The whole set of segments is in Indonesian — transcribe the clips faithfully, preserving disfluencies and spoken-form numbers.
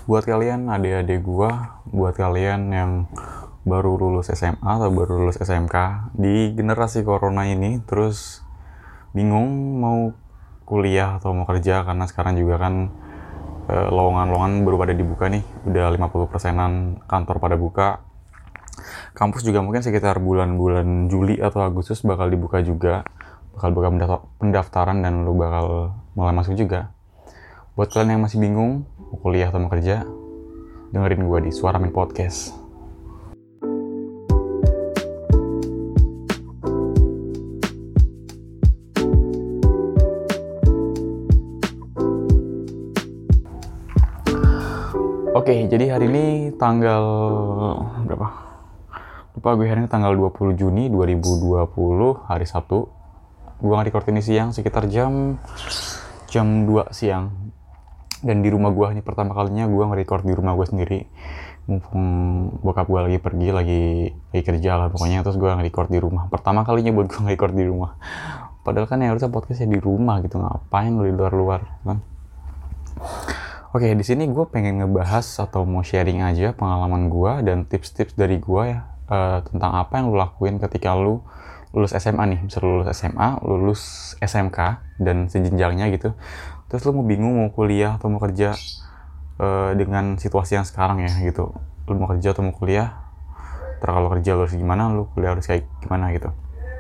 buat kalian adik-adik gua, buat kalian yang baru lulus S M A atau baru lulus S M K di generasi corona ini, terus bingung mau kuliah atau mau kerja karena sekarang juga kan eh, lowongan-lowongan baru pada dibuka nih, udah lima puluh persenan kantor pada buka. Kampus juga mungkin sekitar bulan-bulan Juli atau Agustus bakal dibuka juga, bakal buka pendaftaran dan lu bakal mulai masuk juga. Buat kalian yang masih bingung mau kuliah atau mau kerja, dengerin gue di Suara Min Podcast. Oke, jadi hari ini tanggal berapa? Lupa gue, hari ini tanggal dua puluh Juni dua ribu dua puluh, hari Sabtu. Gue nge-record ini siang, sekitar jam jam dua siang. Dan di rumah gue, ini pertama kalinya gue nge-record di rumah gue sendiri. Mumpung bokap gue lagi pergi, lagi, lagi kerja lah pokoknya. Terus gue nge-record di rumah. Pertama kalinya buat gue nge-record di rumah. Padahal kan ya harusnya podcastnya di rumah gitu. Ngapain lu di luar-luar kan? Oke, di sini gue pengen ngebahas atau mau sharing aja pengalaman gue dan tips-tips dari gue ya. Uh, tentang apa yang lu lakuin ketika lu lulus S M A nih. Bisa lulus S M A, lulus S M K, dan sejenjangnya gitu. Terus lu mau bingung mau kuliah atau mau kerja uh, dengan situasi yang sekarang ya gitu. Lu mau kerja atau mau kuliah, terus kalau kerja lu harus gimana, lu kuliah harus kayak gimana gitu.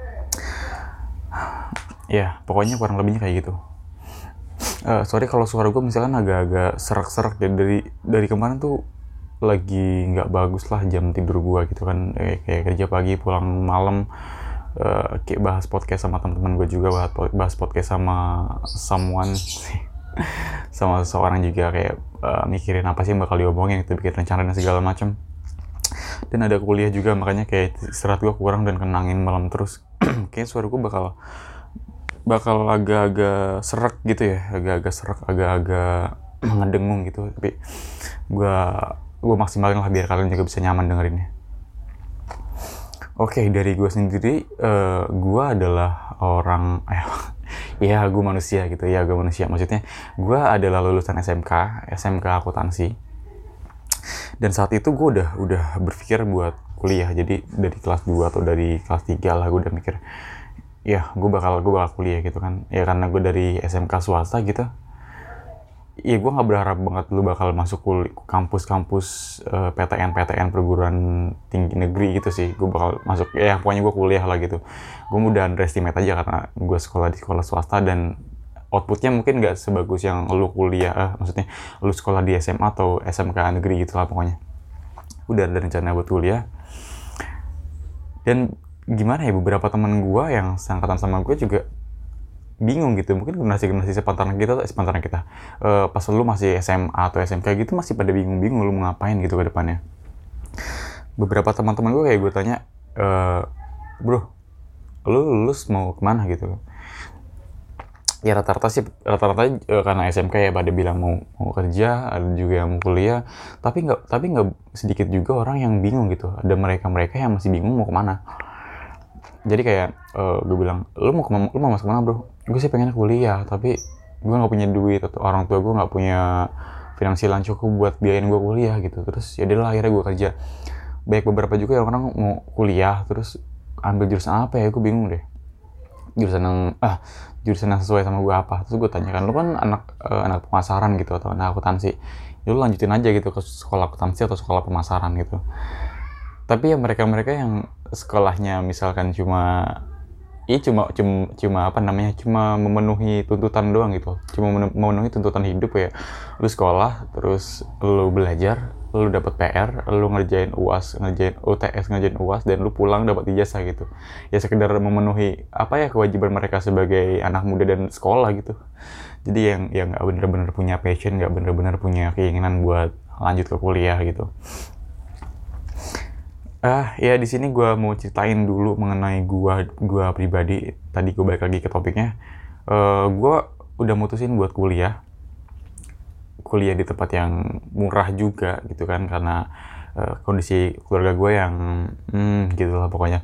Ya pokoknya kurang lebihnya kayak gitu. uh, Sorry kalau suara gue misalkan agak-agak serak-serak ya. Dari, dari kemarin tuh lagi nggak bagus lah jam tidur gue gitu kan. eh, Kayak kerja pagi pulang malam, uh, kayak bahas podcast sama teman-teman gue juga, bahas, bahas podcast sama someone sama seseorang juga, kayak uh, mikirin apa sih yang bakal diomongin gitu, bikin rencana dan segala macam. Dan ada kuliah juga, makanya kayak istirahat gue kurang dan kenangin malam terus. Kayak suara gue bakal bakal agak-agak serak gitu ya, agak-agak serak, agak-agak ngedengung gitu. Tapi gue gue maksimalin lah biar kalian juga bisa nyaman dengerinnya. Oke, okay, dari gue sendiri, uh, gue adalah orang, eh, ya gue manusia gitu, ya gue manusia. Maksudnya, gue adalah lulusan S M K, S M K akuntansi. Dan saat itu gue udah udah berpikir buat kuliah. Jadi dari kelas dua atau dari kelas tiga lah gue udah mikir, ya gue bakal gue bakal kuliah gitu kan. Ya karena gue dari S M K swasta gitu. Iya, gue nggak berharap banget lu bakal masuk kul- kampus-kampus uh, P T N P T N perguruan tinggi negeri gitu sih. Gue bakal masuk, ya pokoknya gue kuliah lah gitu. Gue udah underestimate aja karena gue sekolah di sekolah swasta dan outputnya mungkin nggak sebagus yang lu kuliah, eh, maksudnya lu sekolah di S M A atau S M K negeri gitu lah pokoknya. Udah ada rencana buat kuliah. Dan gimana ya, beberapa teman gue yang seangkatan sama gue juga bingung gitu. Mungkin generasi-generasi sepantaran kita atau sepantaran kita uh, pas lu masih S M A atau S M K gitu masih pada bingung-bingung lu mau ngapain gitu ke depannya. Beberapa teman-teman gue kayak gue tanya, e, bro, lu lulus mau kemana gitu. Ya rata-rata sih, rata-rata uh, karena S M K ya pada bilang mau mau kerja, ada juga yang mau kuliah. Tapi nggak tapi nggak sedikit juga orang yang bingung gitu. Ada mereka-mereka yang masih bingung mau kemana. Jadi kayak uh, gue bilang, lu mau kemana, lu mau masuk mana bro? Gue sih pengen kuliah, tapi gue nggak punya duit atau orang tua gue nggak punya finansial yang cukup buat biayain gue kuliah gitu. Terus ya udah akhirnya gue kerja. Banyak beberapa juga yang orang mau kuliah terus ambil jurusan apa ya, gue bingung deh. Jurusan yang ah jurusan yang sesuai sama gue apa. Terus gue tanyakan, lu kan anak uh, anak pemasaran gitu atau anak akuntansi, ya lu lanjutin aja gitu ke sekolah akuntansi atau sekolah pemasaran gitu. Tapi ya mereka-mereka yang sekolahnya misalkan cuma ya cuma cuma cuma apa namanya cuma memenuhi tuntutan doang gitu, cuma memenuhi tuntutan hidup ya. Lu sekolah terus lu belajar, lu dapat P R, lu ngerjain U A S, ngerjain U T S, ngerjain U A S, dan lu pulang dapat ijazah gitu. Ya sekedar memenuhi apa ya kewajiban mereka sebagai anak muda dan sekolah gitu. Jadi yang yang nggak benar-benar punya passion, nggak benar-benar punya keinginan buat lanjut ke kuliah gitu. Ah, ya di sini gue mau ceritain dulu mengenai gue gue pribadi. Tadi gue balik lagi ke topiknya. Uh, gue udah mutusin buat kuliah, kuliah di tempat yang murah juga gitu kan, karena uh, kondisi keluarga gue yang, hmm, gitu lah pokoknya.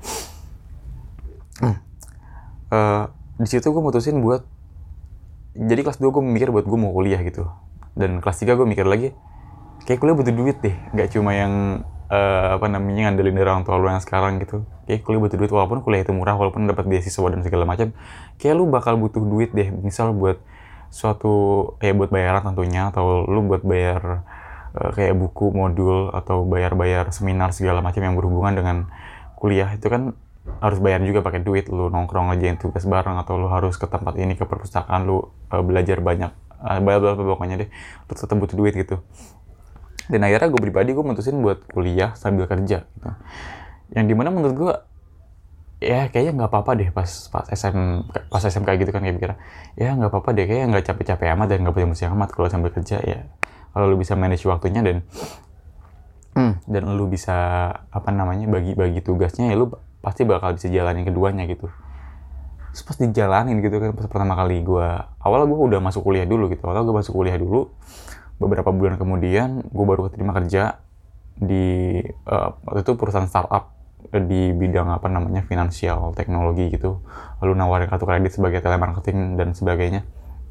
Uh, di situ gue mutusin buat, jadi kelas dua gue mikir buat gue mau kuliah gitu, dan kelas tiga gue mikir lagi, kayak kuliah butuh duit deh, nggak cuma yang uh, apa namanya ngandelin dari orang tua lu yang sekarang gitu. Kayak kuliah butuh duit, walaupun kuliah itu murah, walaupun dapat beasiswa dan segala macam, kayak lu bakal butuh duit deh, misal buat suatu kayak buat bayaran tentunya, atau lu buat bayar uh, kayak buku modul atau bayar-bayar seminar segala macam yang berhubungan dengan kuliah itu kan harus bayar juga pakai duit. Lu nongkrong aja yang tugas bareng, atau lu harus ke tempat ini, ke perpustakaan, lu uh, belajar banyak, uh, banyak pokoknya deh, lu tetap butuh duit gitu. Dan akhirnya gue pribadi gue mutusin buat kuliah sambil kerja gitu. Yang dimana menurut gue ya kayaknya nggak apa-apa deh pas pas S M pas S M K gitu kan, kayak pikir ya nggak apa-apa deh, kayaknya nggak capek-capek amat dan nggak pusing-pusing amat kalau sambil kerja ya, kalau lu bisa manage waktunya dan hmm, dan lu bisa apa namanya bagi-bagi tugasnya, ya lu pasti bakal bisa jalanin keduanya gitu. Terus pas dijalanin gitu kan, pas pertama kali gue awal gue udah masuk kuliah dulu gitu, awal gue masuk kuliah dulu, beberapa bulan kemudian gue baru keterima kerja di uh, waktu itu perusahaan startup di bidang apa namanya finansial teknologi gitu, lalu nawarin kartu kredit sebagai telemarketing dan sebagainya.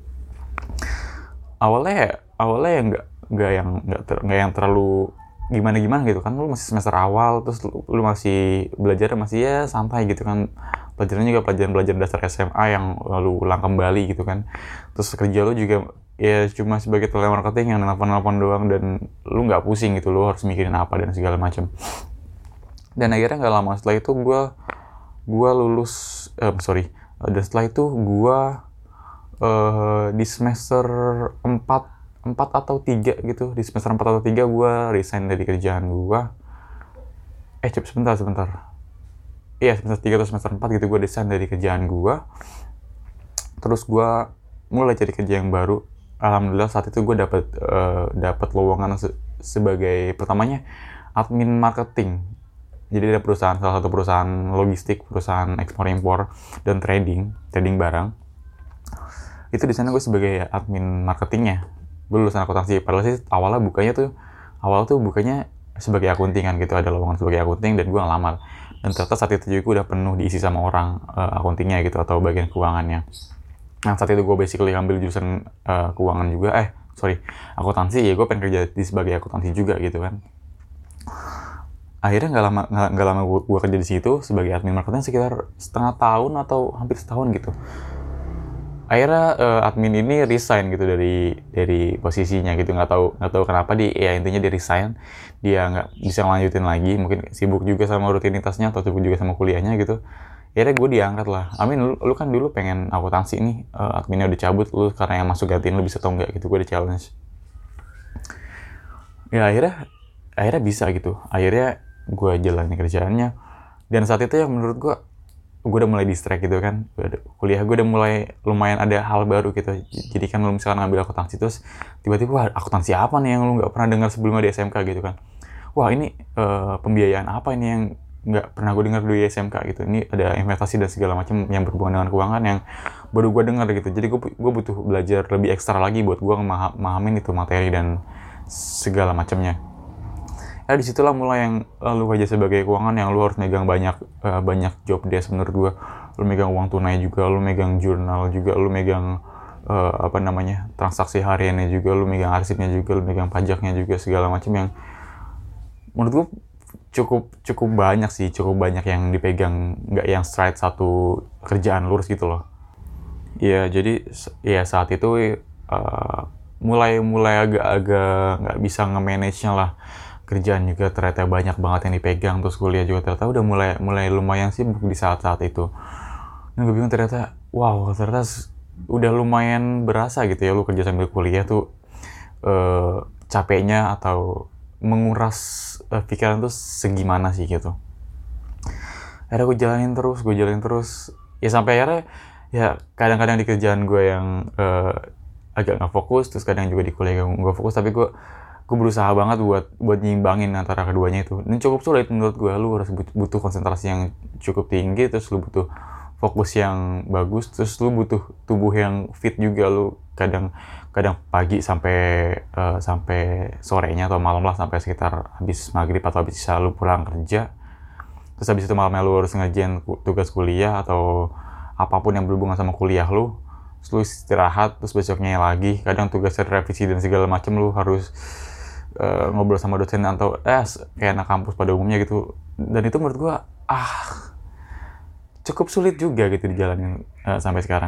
Awalnya awalnya yang nggak nggak yang nggak ter, nggak yang terlalu gimana gimana gitu kan, lu masih semester awal, terus lu, lu masih belajar masih ya santai gitu kan, pelajarannya juga pelajaran pelajaran dasar S M A yang lalu ulang kembali gitu kan. Terus kerja lu juga ya cuma sebagai telemarketing yang nelpon-nelpon doang, dan lu nggak pusing gitu, lu harus mikirin apa dan segala macam. Dan akhirnya nggak lama setelah itu gue gue lulus, eh, sorry, dan setelah itu gue uh, di semester empat empat atau tiga gitu, di semester empat atau tiga gue resign dari kerjaan gue. Eh coba sebentar sebentar. Iya semester tiga atau semester empat gitu gue resign dari kerjaan gue. Terus gue mulai cari kerja yang baru. Alhamdulillah saat itu gue dapat uh, dapat lowongan se- sebagai pertamanya admin marketing. Jadi ada perusahaan, salah satu perusahaan logistik, perusahaan ekspor impor dan trading, trading barang. Itu di sana gue sebagai admin marketingnya. Gue lulusan akuntansi, padahal sih awalnya bukanya tuh, awal tuh bukanya sebagai akunting kan gitu, ada lowongan sebagai akunting dan gue ngelamar. Dan ternyata saat itu juga udah penuh diisi sama orang uh, akuntingnya gitu, atau bagian keuangannya. Nah saat itu gue basically ambil jurusan uh, keuangan juga, eh sorry, akuntansi, ya gue pengen kerja di sebagai akuntansi juga gitu kan. Akhirnya nggak lama nggak lama gue, gue kerja di situ sebagai admin marketing sekitar setengah tahun atau hampir setahun gitu. Akhirnya uh, admin ini resign gitu dari dari posisinya gitu, nggak tahu nggak tahu kenapa di ya intinya dia resign, dia nggak bisa ngelanjutin lagi, mungkin sibuk juga sama rutinitasnya atau sibuk juga sama kuliahnya gitu. Akhirnya gue diangkat lah. Amin, lu, lu kan dulu pengen akuntansi nih, uh, adminnya udah cabut, lu karena yang masuk gantiin lu bisa atau enggak gitu, gue di challenge. Ya akhirnya akhirnya bisa gitu. Akhirnya gue jalanin kerjaannya, dan saat itu yang menurut gue gue udah mulai distract gitu kan, kuliah gue udah mulai lumayan ada hal baru gitu. Jadi kan lu misalkan ngambil akuntansi terus tiba-tiba wah akuntansi apa nih yang lu nggak pernah dengar sebelumnya di S M K gitu kan, wah ini uh, pembiayaan apa ini yang nggak pernah gue dengar di S M K gitu, ini ada investasi dan segala macam yang berhubungan dengan keuangan yang baru gue dengar gitu. Jadi gue gue butuh belajar lebih ekstra lagi buat gue memahamin itu materi dan segala macamnya. Ya disitulah mulai yang uh, lu kerja sebagai keuangan yang lu harus megang banyak uh, banyak job desk menurut gua. Lu megang uang tunai juga, lu megang jurnal juga, lu megang uh, apa namanya transaksi hariannya juga, lu megang arsipnya juga, lu megang pajaknya juga, segala macam yang menurut gua cukup cukup banyak sih, cukup banyak yang dipegang, nggak yang straight satu kerjaan lurus gitu loh. Ya jadi ya saat itu uh, mulai mulai agak-agak nggak bisa nge-manage-nya lah. Kerjaan juga ternyata banyak banget yang dipegang, terus kuliah juga ternyata udah mulai mulai lumayan sibuk di saat-saat itu. Dan gue bingung ternyata, wow ternyata udah lumayan berasa gitu ya lu kerja sambil kuliah tuh uh, capeknya atau menguras uh, pikiran tuh segimana sih gitu. Akhirnya gue jalanin terus, gue jalanin terus, ya sampai akhirnya ya kadang-kadang di kerjaan gue yang uh, agak nggak fokus, terus kadang juga di kuliah gue nggak fokus, tapi gue gue berusaha banget buat buat nyimbangin antara keduanya itu. Dan cukup sulit menurut gue, lu harus butuh konsentrasi yang cukup tinggi, terus lu butuh fokus yang bagus, terus lu butuh tubuh yang fit juga. Lu kadang kadang pagi sampai uh, sampai sorenya atau malam lah, sampai sekitar habis maghrib atau habis isya lu pulang kerja, terus habis itu malamnya lu harus ngerjain tugas kuliah atau apapun yang berhubungan sama kuliah lu, terus lu istirahat, terus besoknya lagi kadang tugasnya revisi dan segala macam, lu harus uh, ngobrol sama dosen atau eh kayak anak kampus pada umumnya gitu. Dan itu menurut gue ah cukup sulit juga gitu dijalanin uh, sampai sekarang.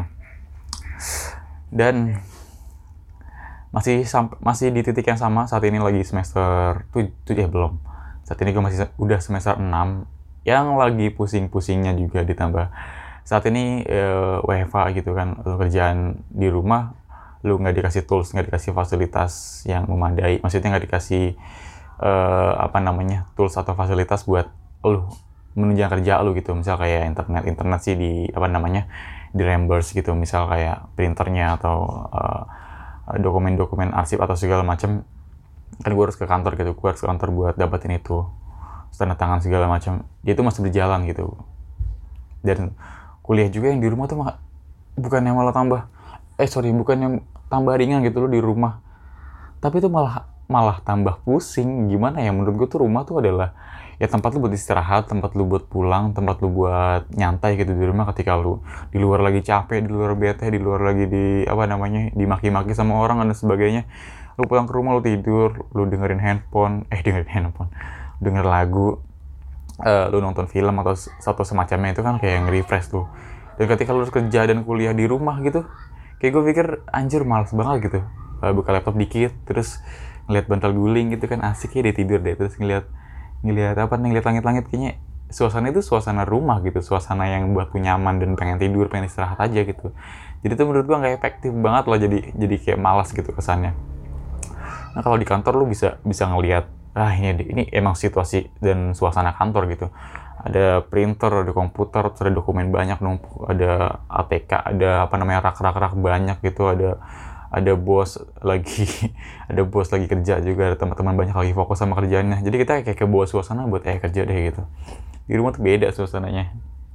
Dan masih samp- masih di titik yang sama saat ini, lagi semester tujuh ya belum. Saat ini gue masih udah semester enam yang lagi pusing-pusingnya juga, ditambah saat ini uh, W F H gitu kan, lu kerjaan di rumah, lu nggak dikasih tools, nggak dikasih fasilitas yang memadai, maksudnya nggak dikasih uh, apa namanya tools atau fasilitas buat lu menunjang kerja lu gitu. Misal kayak internet internet sih di apa namanya di reimburse gitu, misal kayak printernya atau uh, dokumen-dokumen arsip atau segala macam. Kan gue harus ke kantor gitu, gue harus ke kantor buat dapetin itu, tanda tangan segala macam. Dia itu masih berjalan gitu. Dan kuliah juga yang di rumah tuh mah bukan yang malah tambah eh sorry bukan yang tambah ringan gitu loh di rumah, tapi itu malah malah tambah pusing. Gimana ya, menurut gue tuh rumah tuh adalah ya tempat lu buat istirahat, tempat lu buat pulang, tempat lu buat nyantai gitu. Di rumah ketika lu di luar lagi capek, di luar bete, di luar lagi di apa namanya dimaki-maki sama orang dan sebagainya, lu pulang ke rumah, lu tidur, lu dengerin handphone eh dengerin handphone denger lagu, Uh, lu nonton film atau satu semacamnya, itu kan kayak nge-refresh tuh. Dan ketika lu harus kerja dan kuliah di rumah gitu, kayak gue pikir anjir males banget gitu. Uh, buka laptop dikit, terus ngeliat bantal guling gitu kan, asik ya dia tidur deh. Terus ngeliat ngeliat apa nih, ngeliat langit-langit, kayaknya suasana itu suasana rumah gitu, suasana yang buat lu nyaman dan pengen tidur, pengen istirahat aja gitu. Jadi tuh menurut gue nggak efektif banget loh, jadi jadi kayak malas gitu kesannya. Nah kalau di kantor lu bisa bisa ngeliat, ah ini ini emang situasi dan suasana kantor gitu. Ada printer, ada komputer, terus ada dokumen banyak numpuk, ada A T K, ada apa namanya rak-rak-rak banyak gitu, ada ada bos lagi ada bos lagi kerja juga, ada teman-teman banyak lagi fokus sama kerjaannya. Jadi kita kayak ke bawah suasana buat eh kerja deh gitu. Di rumah tuh beda suasananya.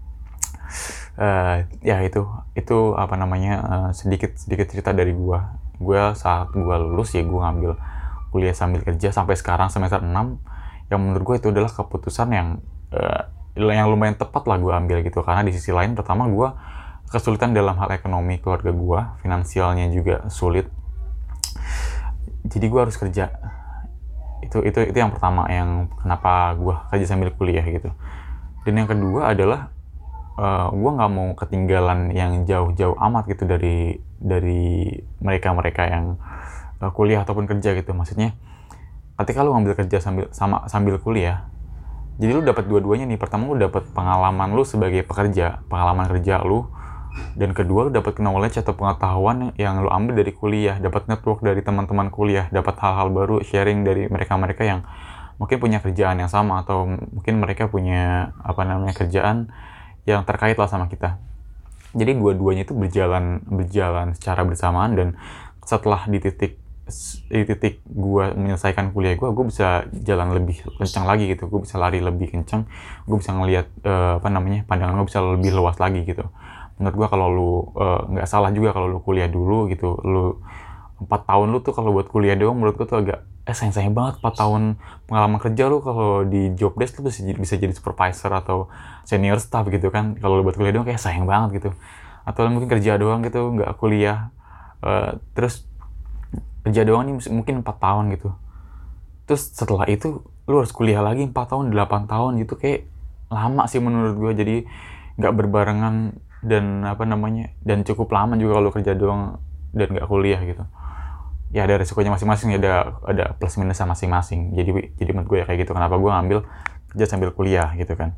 Uh, ya itu itu apa namanya uh, sedikit sedikit cerita dari gua. Gua saat gua lulus ya gua ngambil kuliah sambil kerja sampai sekarang semester enam, yang menurut gue itu adalah keputusan yang uh, yang lumayan tepat lah gue ambil gitu. Karena di sisi lain, pertama gue kesulitan dalam hal ekonomi keluarga gue, finansialnya juga sulit, jadi gue harus kerja. Itu itu itu yang pertama, yang kenapa gue kerja sambil kuliah gitu. Dan yang kedua adalah uh, gue nggak mau ketinggalan yang jauh-jauh amat gitu dari dari mereka-mereka yang kuliah ataupun kerja gitu. Maksudnya ketika lu ngambil kerja sambil sama sambil kuliah, jadi lu dapat dua-duanya nih. Pertama lu dapat pengalaman lu sebagai pekerja, pengalaman kerja lu, dan kedua lu dapat knowledge atau pengetahuan yang lu ambil dari kuliah, dapat network dari teman-teman kuliah, dapat hal-hal baru, sharing dari mereka-mereka yang mungkin punya kerjaan yang sama atau mungkin mereka punya apa namanya kerjaan yang terkait lah sama kita. Jadi dua-duanya itu berjalan berjalan secara bersamaan, dan setelah di titik di titik gue menyelesaikan kuliah gue, gue bisa jalan lebih kencang lagi gitu, gue bisa lari lebih kencang, gue bisa ngelihat uh, apa namanya pandangan gue bisa lebih luas lagi gitu. Menurut gue kalau lu nggak uh, salah juga kalau lu kuliah dulu gitu, lu empat tahun lu tuh kalau buat kuliah doang, menurut gue tuh agak eh sayang-sayang banget. Empat tahun pengalaman kerja lu kalau di job desk lu bisa, bisa jadi supervisor atau senior staff gitu kan. Kalau lu buat kuliah doang kayak sayang banget gitu. Atau mungkin kerja doang gitu, nggak kuliah, uh, terus kerja doang nih mungkin empat tahun gitu. Terus setelah itu lu harus kuliah lagi empat tahun, delapan tahun gitu, kayak lama sih menurut gue. Jadi nggak berbarengan dan apa namanya dan cukup lama juga kalau kerja doang dan nggak kuliah gitu. Ya ada resikonya masing-masing, ya ada ada plus minusnya masing-masing. Jadi jadi menurut gue ya kayak gitu, kenapa gue ngambil kerja sambil kuliah gitu kan.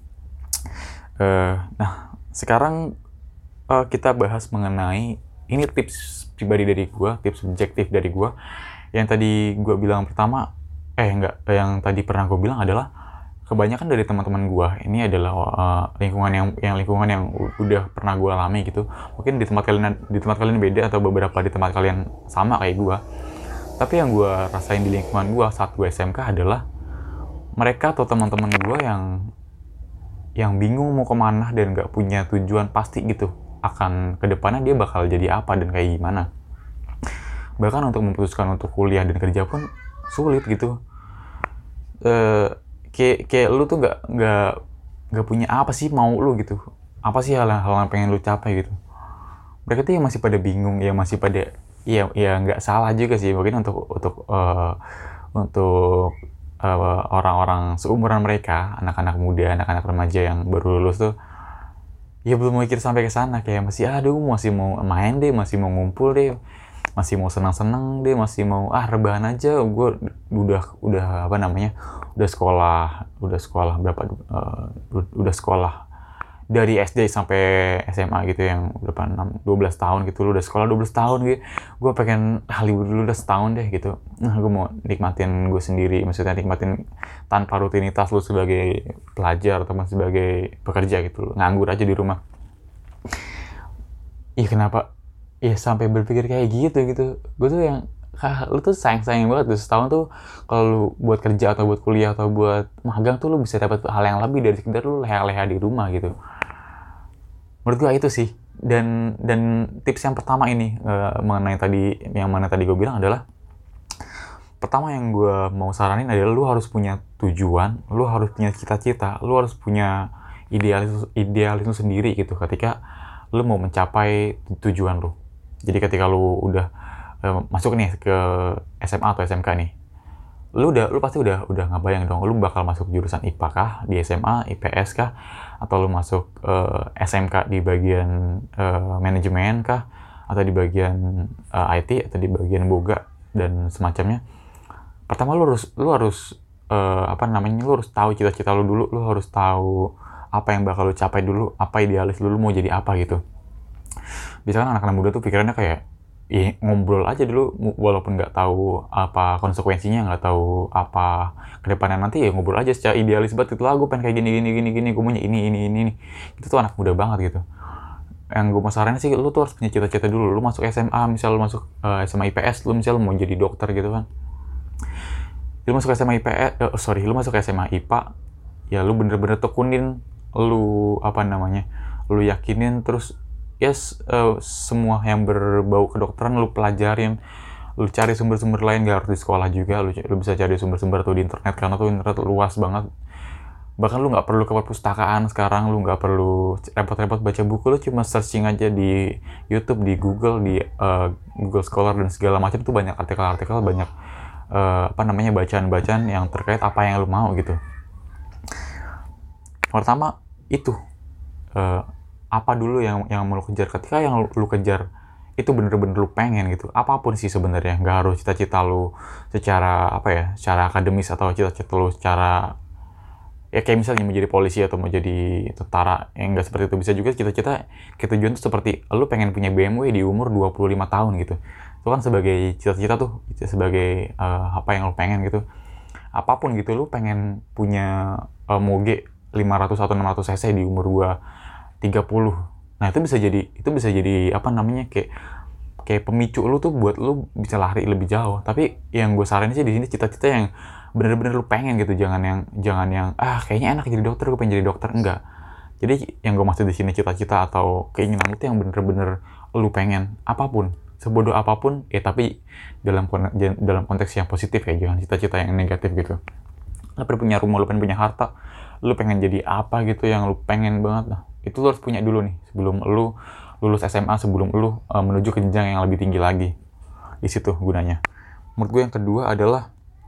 Uh, nah sekarang uh, kita bahas mengenai ini tips pribadi dari gue, tips subjektif dari gue. Yang tadi gue bilang pertama, eh enggak, yang tadi pernah gue bilang adalah kebanyakan dari teman-teman gue ini adalah uh, lingkungan yang yang lingkungan yang udah pernah gue alami gitu. Mungkin di tempat kalian di tempat kalian beda atau beberapa di tempat kalian sama kayak gue. Tapi yang gue rasain di lingkungan gue saat gue S M K adalah mereka atau teman-teman gue yang yang bingung mau kemana dan nggak punya tujuan pasti gitu akan kedepannya dia bakal jadi apa dan kayak gimana. Bahkan untuk memutuskan untuk kuliah dan kerja pun sulit gitu. E, kayak kayak lu tuh nggak nggak nggak punya apa sih mau lu gitu. Apa sih hal-hal yang pengen lu capai gitu. Mereka tuh yang masih pada bingung, ya masih pada ya ya nggak salah juga sih mungkin untuk untuk uh, untuk uh, orang-orang seumuran mereka, anak-anak muda, anak-anak remaja yang baru lulus tuh, ya belum mikir sampai ke sana, kayak masih aduh masih mau main deh, masih mau ngumpul deh, masih mau senang-senang deh, masih mau ah rebahan aja. Gue udah udah apa namanya udah sekolah udah sekolah berapa uh, udah sekolah dari S D sampai S M A gitu, yang berapa enam dua belas tahun gitu. Lu udah sekolah dua belas tahun gitu, gue pengen ah, libur dulu udah setahun deh gitu. Nah gue mau nikmatin gue sendiri, maksudnya nikmatin tanpa rutinitas lu sebagai pelajar atau sebagai pekerja gitu, lu nganggur aja di rumah. Ih kenapa ya sampai berpikir kayak gitu gitu. Gue tuh yang ah, lu tuh sayang-sayang banget tuh setahun tuh kalau lu buat kerja atau buat kuliah atau buat magang tuh lu bisa dapat hal yang lebih dari sekedar lu leha-leha di rumah gitu. Menurut gue itu sih. Dan dan tips yang pertama ini uh, mengenai tadi yang mana tadi gue bilang adalah, pertama yang gue mau saranin adalah lu harus punya tujuan, lu harus punya cita-cita, lu harus punya idealis idealisme sendiri gitu ketika lu mau mencapai tujuan lu. Jadi ketika lu udah uh, masuk nih ke S M A atau S M K nih, lu udah lu pasti udah udah ngabayang dong lu bakal masuk jurusan I P A kah di S M A, I P S kah, atau lu masuk uh, S M K di bagian uh, manajemen kah, atau di bagian uh, I T atau di bagian boga dan semacamnya. Pertama lu harus lu harus uh, apa namanya lu harus tahu cita-cita lu dulu, lu harus tahu apa yang bakal lu capai dulu, apa idealis lu, lu mau jadi apa gitu. Biasanya kan anak-anak muda tuh pikirannya kayak ya ngobrol aja dulu, walaupun nggak tahu apa konsekuensinya, nggak tahu apa kedepannya nanti, ya ngobrol aja secara idealis banget gitu lah, gue pengen kayak gini gini gini gini, gue maunya ini ini ini ini. Itu tuh anak muda banget gitu. Yang gue mau saranin sih, lu tuh harus punya cita-cita dulu. Lu masuk S M A, misal lu masuk uh, S M A I P S, lu misal lu mau jadi dokter gitu kan, lu masuk S M A I P S, uh, sorry lu masuk S M A I P A, ya lu bener-bener tekunin, lu apa namanya lu yakinin terus. Yes, uh, semua yang berbau kedokteran lu pelajarin, lu cari sumber-sumber lain, gak harus di sekolah juga, lu, lu bisa cari sumber-sumber tuh di internet, karena tuh internet luas banget. Bahkan lu gak perlu ke perpustakaan sekarang, lu gak perlu repot-repot baca buku, lu cuma searching aja di YouTube, di Google, di uh, Google Scholar dan segala macam tuh banyak artikel-artikel, banyak uh, apa namanya bacaan-bacaan yang terkait apa yang lu mau gitu. Pertama itu uh, apa dulu yang yang mau lu kejar. Ketika yang lu, lu kejar itu bener-bener lu pengen gitu, apapun sih sebenarnya, nggak harus cita-cita lu secara apa ya, secara akademis atau cita-cita lu secara ya kayak misalnya mau jadi polisi atau mau jadi tentara, yang nggak seperti itu. Bisa juga cita-cita kayak tujuan tuh seperti lu pengen punya B M W di umur dua puluh lima tahun gitu. Itu kan sebagai cita-cita tuh, sebagai uh, apa yang lu pengen gitu. Apapun gitu, lu pengen punya uh, Moge lima ratus atau enam ratus cc di umur gua tiga puluh. Nah, itu bisa jadi itu bisa jadi apa namanya kayak kayak pemicu lu tuh buat lu bisa lari lebih jauh. Tapi yang gue saranin sih di sini cita-cita yang bener-bener lu pengen gitu, jangan yang jangan yang ah kayaknya enak jadi dokter, gue pengen jadi dokter, enggak. Jadi yang gue maksud di sini cita-cita atau keinginan itu yang bener-bener lu pengen, apapun, sebodoh apapun ya, tapi dalam dalam konteks yang positif ya, jangan cita-cita yang negatif gitu. Lu pengen punya rumah, lu pengen punya harta, lu pengen jadi apa gitu yang lu pengen banget lah. Itu lu harus punya dulu nih sebelum lu lulus S M A, sebelum lu uh, menuju ke jenjang yang lebih tinggi lagi. Di situ gunanya. Menurut gue yang kedua adalah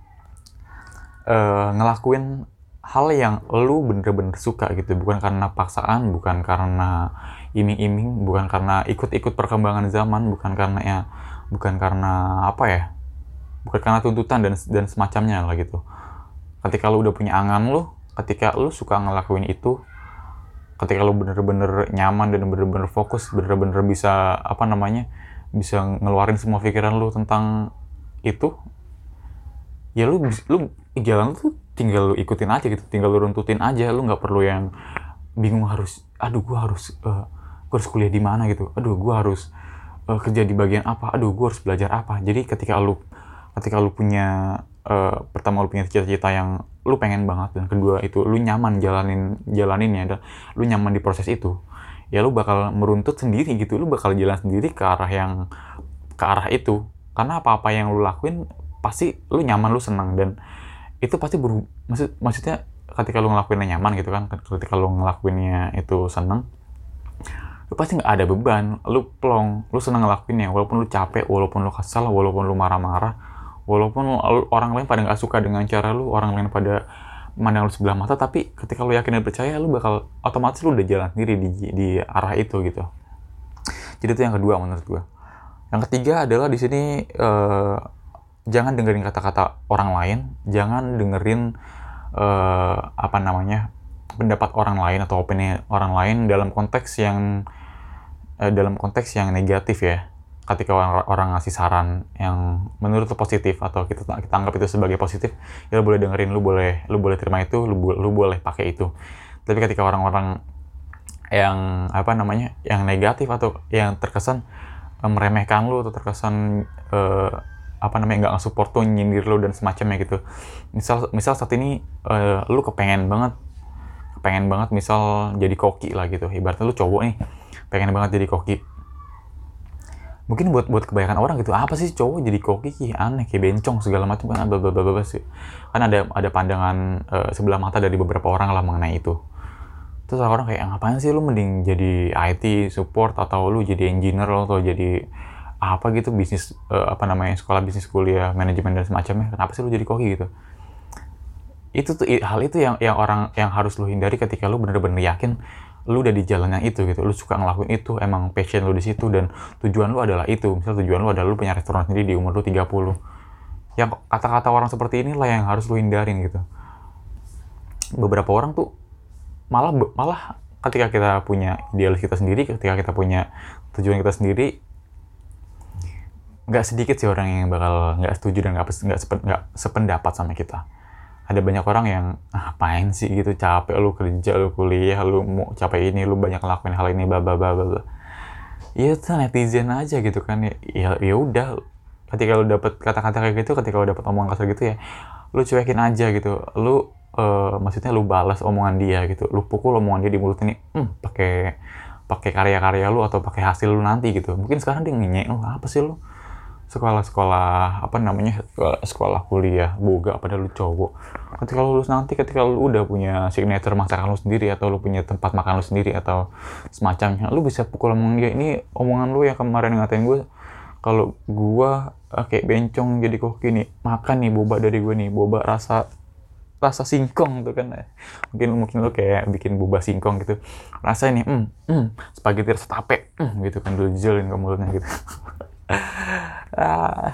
uh, ngelakuin hal yang lu bener-bener suka gitu, bukan karena paksaan, bukan karena iming-iming, bukan karena ikut-ikut perkembangan zaman, bukan karena ya bukan karena apa ya? Bukan karena tuntutan dan dan semacamnya lah gitu. Ketika lu udah punya angan lu, ketika lu suka ngelakuin itu, ketika lu bener-bener nyaman dan bener-bener fokus, bener-bener bisa apa namanya bisa ngeluarin semua pikiran lu tentang itu, ya lu lu jalan tuh tinggal lu ikutin aja gitu, tinggal lu runtutin aja. Lu nggak perlu yang bingung harus aduh gua harus uh, gua harus kuliah di mana gitu, aduh gua harus uh, kerja di bagian apa, aduh gua harus belajar apa. Jadi ketika lu ketika lu punya uh, pertama lu punya cita-cita yang lu pengen banget, dan kedua itu lu nyaman jalanin jalaninnya, dan lu nyaman di proses itu, ya lu bakal meruntut sendiri gitu, lu bakal jalan sendiri ke arah yang ke arah itu. Karena apa-apa yang lu lakuin pasti lu nyaman, lu senang, dan itu pasti ber, maksud maksudnya ketika lu ngelakuinnya nyaman gitu kan, ketika lu ngelakuinnya itu senang, lu pasti nggak ada beban, lu plong, lu senang ngelakuinnya, walaupun lu capek, walaupun lu kesal, walaupun lu marah-marah, Walaupun lu- orang lain pada nggak suka dengan cara lu, orang lain pada mandang lu sebelah mata, tapi ketika lu yakin dan percaya, lu bakal otomatis lu udah jalan sendiri di di arah itu gitu. Jadi itu yang kedua menurut gue. Yang ketiga adalah di sini eh, jangan dengerin kata-kata orang lain, jangan dengerin eh, apa namanya pendapat orang lain atau opini orang lain dalam konteks yang eh, dalam konteks yang negatif ya. Ketika orang, orang ngasih saran yang menurut lu positif atau kita kita anggap itu sebagai positif, ya lu boleh dengerin, lu boleh lu boleh terima itu, lu, lu boleh pakai itu. Tapi ketika orang-orang yang apa namanya yang negatif atau yang terkesan eh, meremehkan lu atau terkesan eh, apa namanya nggak nge-support tuh, nyindir lu dan semacamnya gitu. Misal misal saat ini eh, lu kepengen banget kepengen banget misal jadi koki lah gitu. Ibaratnya lu cowok nih, pengen banget jadi koki. Mungkin buat buat kebanyakan orang gitu, apa sih cowok jadi koki, kayak aneh, kayak bencong segala macam kan, bla bla bla bla sih. Kan ada ada pandangan eh, sebelah mata dari beberapa orang lah mengenai itu. Terus orang kayak, ngapain sih lu mending jadi I T support atau lu jadi engineer lo, atau jadi apa gitu, bisnis eh, apa namanya sekolah bisnis, kuliah manajemen dan semacamnya, kenapa sih lu jadi koki gitu. Itu tuh hal itu yang yang orang yang harus lu hindari ketika lu bener-bener yakin lu udah di jalan yang itu gitu, lu suka ngelakuin itu, emang passion lu di situ dan tujuan lu adalah itu. Misal tujuan lu adalah lu punya restoran sendiri di umur lu tiga puluh. Yang kata-kata orang seperti inilah yang harus lu hindarin gitu. Beberapa orang tuh malah malah ketika kita punya idealis kita sendiri, ketika kita punya tujuan kita sendiri, nggak sedikit sih orang yang bakal nggak setuju dan nggak nggak sepen, sependapat sama kita. Ada banyak orang yang ah, apain sih gitu, capek lu kerja, lu kuliah, lu mau capek ini, lu banyak ngelakuin hal ini, bla bla bla bla. Iya tuh netizen aja gitu kan, ya ya udah. Ketika lu dapet kata-kata kayak gitu, ketika lu dapet omongan kasar gitu ya, lu cuekin aja gitu. Lu uh, maksudnya lu balas omongan dia gitu, lu pukul omongan dia di mulut ini, hmm, pakai pakai karya-karya lu atau pakai hasil lu nanti gitu. Mungkin sekarang dia ngenyek lu, apa sih lu sekolah-sekolah apa namanya sekolah, sekolah kuliah boga padahal lu cowok. Ketika lu lulus nanti, ketika lu udah punya signature masakan lu sendiri atau lu punya tempat makan lu sendiri atau semacamnya, lu bisa pukul omongan dia, ini omongan lu yang kemarin ngatain gue kalau gua ah, kayak bencong jadi koki nih, makan nih boba dari gue nih, boba rasa rasa singkong tuh kan. Mungkin mungkin lu kayak bikin boba singkong gitu, rasa ini hmm, hmm, spaghetti rasa tape hmm, gitu kan, lu jelin ke mulutnya gitu. ah.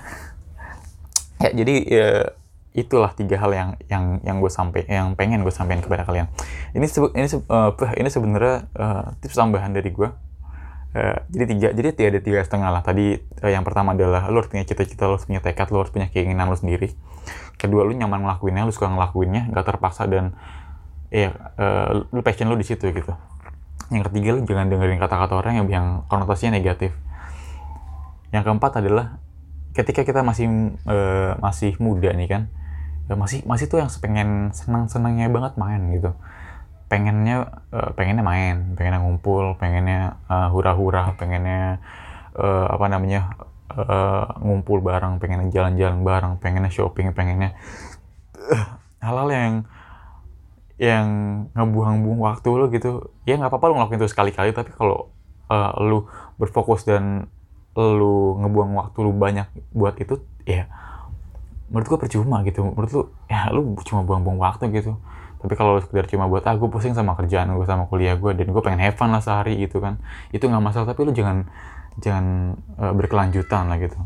Ya jadi ya, itulah tiga hal yang yang yang gue sampai yang pengen gue sampaikan kepada kalian. Ini sebe, ini uh, ini sebenarnya uh, tips tambahan dari gue. Uh, jadi tiga jadi ada tiga setengah lah. Tadi uh, yang pertama adalah lu harus punya cita-cita, lu harus punya tekad, lu harus punya keinginan lu sendiri. Kedua, lu nyaman ngelakuinnya, lu suka ngelakuinnya, nggak terpaksa dan ya uh, lu passion lu di situ gitu. Yang ketiga, lu jangan dengerin kata-kata orang yang yang konotasinya negatif. Yang keempat adalah ketika kita masih uh, masih muda nih kan, ya masih masih tuh yang pengen senang-senangnya banget main gitu. Pengennya uh, pengennya main, pengennya ngumpul, pengennya uh, hura-hura, pengennya uh, apa namanya uh, ngumpul bareng, pengennya jalan-jalan bareng, pengennya shopping, pengennya uh, hal-hal yang yang ngebuang-buang waktu lo gitu. Ya nggak apa-apa lo ngelakuin itu sekali-kali, tapi kalau uh, lu berfokus dan lu ngebuang waktu lu banyak buat itu, ya menurut gua percuma gitu. Menurut lu ya lu cuma buang-buang waktu gitu. Tapi kalau sekedar cuma buat ah gue pusing sama kerjaan gue, sama kuliah gue, dan gue pengen have fun lah sehari gitu kan, itu nggak masalah. Tapi lu jangan jangan uh, berkelanjutan lah gitu.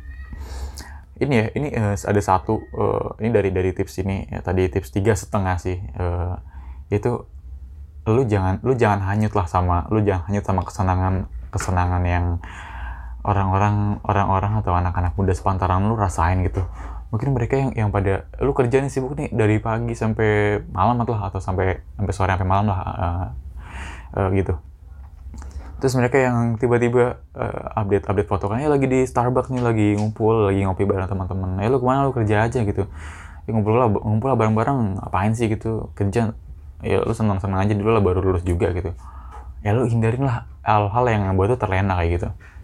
Ini ya, ini uh, ada satu uh, ini dari dari tips ini ya, tadi tips tiga setengah sih, uh, itu lu jangan lu jangan hanyut lah sama lu jangan hanyut sama kesenangan kesenangan yang orang-orang orang-orang atau anak-anak muda sepantaran lu rasain gitu. Mungkin mereka yang yang pada lu kerja nih sibuk nih dari pagi sampai malam lah, atau sampai sampai sore sampai malam lah uh, uh, gitu. Terus mereka yang tiba-tiba uh, update update foto kan, ya lagi di Starbucks nih, lagi ngumpul, lagi ngopi bareng teman-teman. Ya lu kemana, lu kerja aja gitu. Ya ngumpul lah ngumpul lah bareng-bareng, apain sih gitu, kerja. Ya lu senang-senang aja dulu lah, baru lulus juga gitu. Ya lu hindarin lah hal-hal yang buat tuh terlena kayak gitu.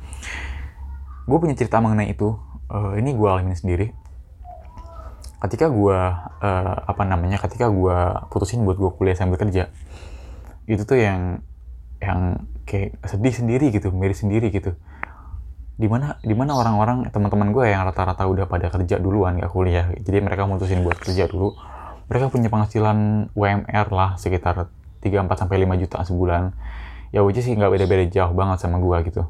Gue punya cerita mengenai itu. Uh, ini gue alamin sendiri. Ketika gue uh, apa namanya, ketika gue putusin buat gue kuliah sambil kerja, itu tuh yang yang kayak sedih sendiri gitu, miris sendiri gitu. Dimana dimana orang-orang teman-teman gue yang rata-rata udah pada kerja duluan gak kuliah, jadi mereka mutusin buat kerja dulu. Mereka punya penghasilan U M R lah sekitar tiga empat sampai lima juta sebulan, ya which is sih nggak beda-beda jauh banget sama gue gitu.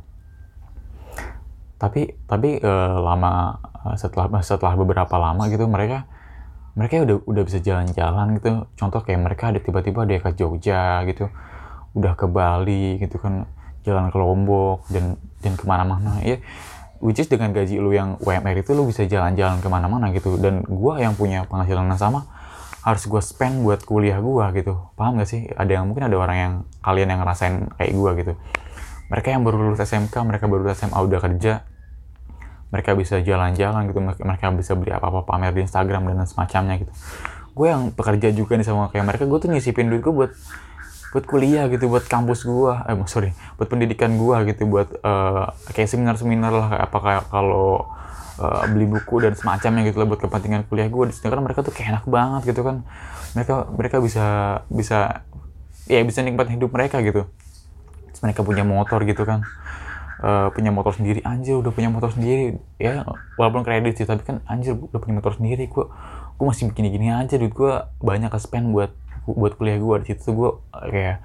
Tapi tapi uh, lama setelah setelah beberapa lama gitu mereka mereka udah udah bisa jalan-jalan gitu. Contoh kayak mereka ada tiba-tiba dia ke Jogja gitu, udah ke Bali gitu kan, jalan ke Lombok dan dan kemana-mana ya, which is dengan gaji lu yang U M R itu lu bisa jalan-jalan kemana-mana gitu. Dan gue yang punya penghasilan yang sama harus gue spend buat kuliah gue gitu, paham gak sih? Ada yang mungkin ada orang yang kalian yang ngerasain kayak gue gitu, mereka yang baru lulus S M K, mereka baru lulus S M A udah kerja, mereka bisa jalan-jalan gitu, mereka bisa beli apa-apa, pamer di Instagram dan semacamnya gitu. Gue yang pekerja juga nih sama kayak mereka, gue tuh nyisipin duit gue buat buat kuliah gitu, buat kampus gua, eh sorry, buat pendidikan gua gitu, buat uh, kayak seminar-seminar lah, kayak apa kayak kalau uh, beli buku dan semacamnya gitu lah buat kepentingan kuliah gua. Sedangkan mereka tuh kayak enak banget gitu kan, mereka mereka bisa bisa ya bisa nikmatin hidup mereka gitu. Terus mereka punya motor gitu kan, uh, punya motor sendiri, anjir udah punya motor sendiri ya, walaupun kredit sih tapi kan anjir udah punya motor sendiri. Gua gua masih begini-gini aja, duit gua banyak ke spend buat buat kuliah gue. Di situ tuh gue kayak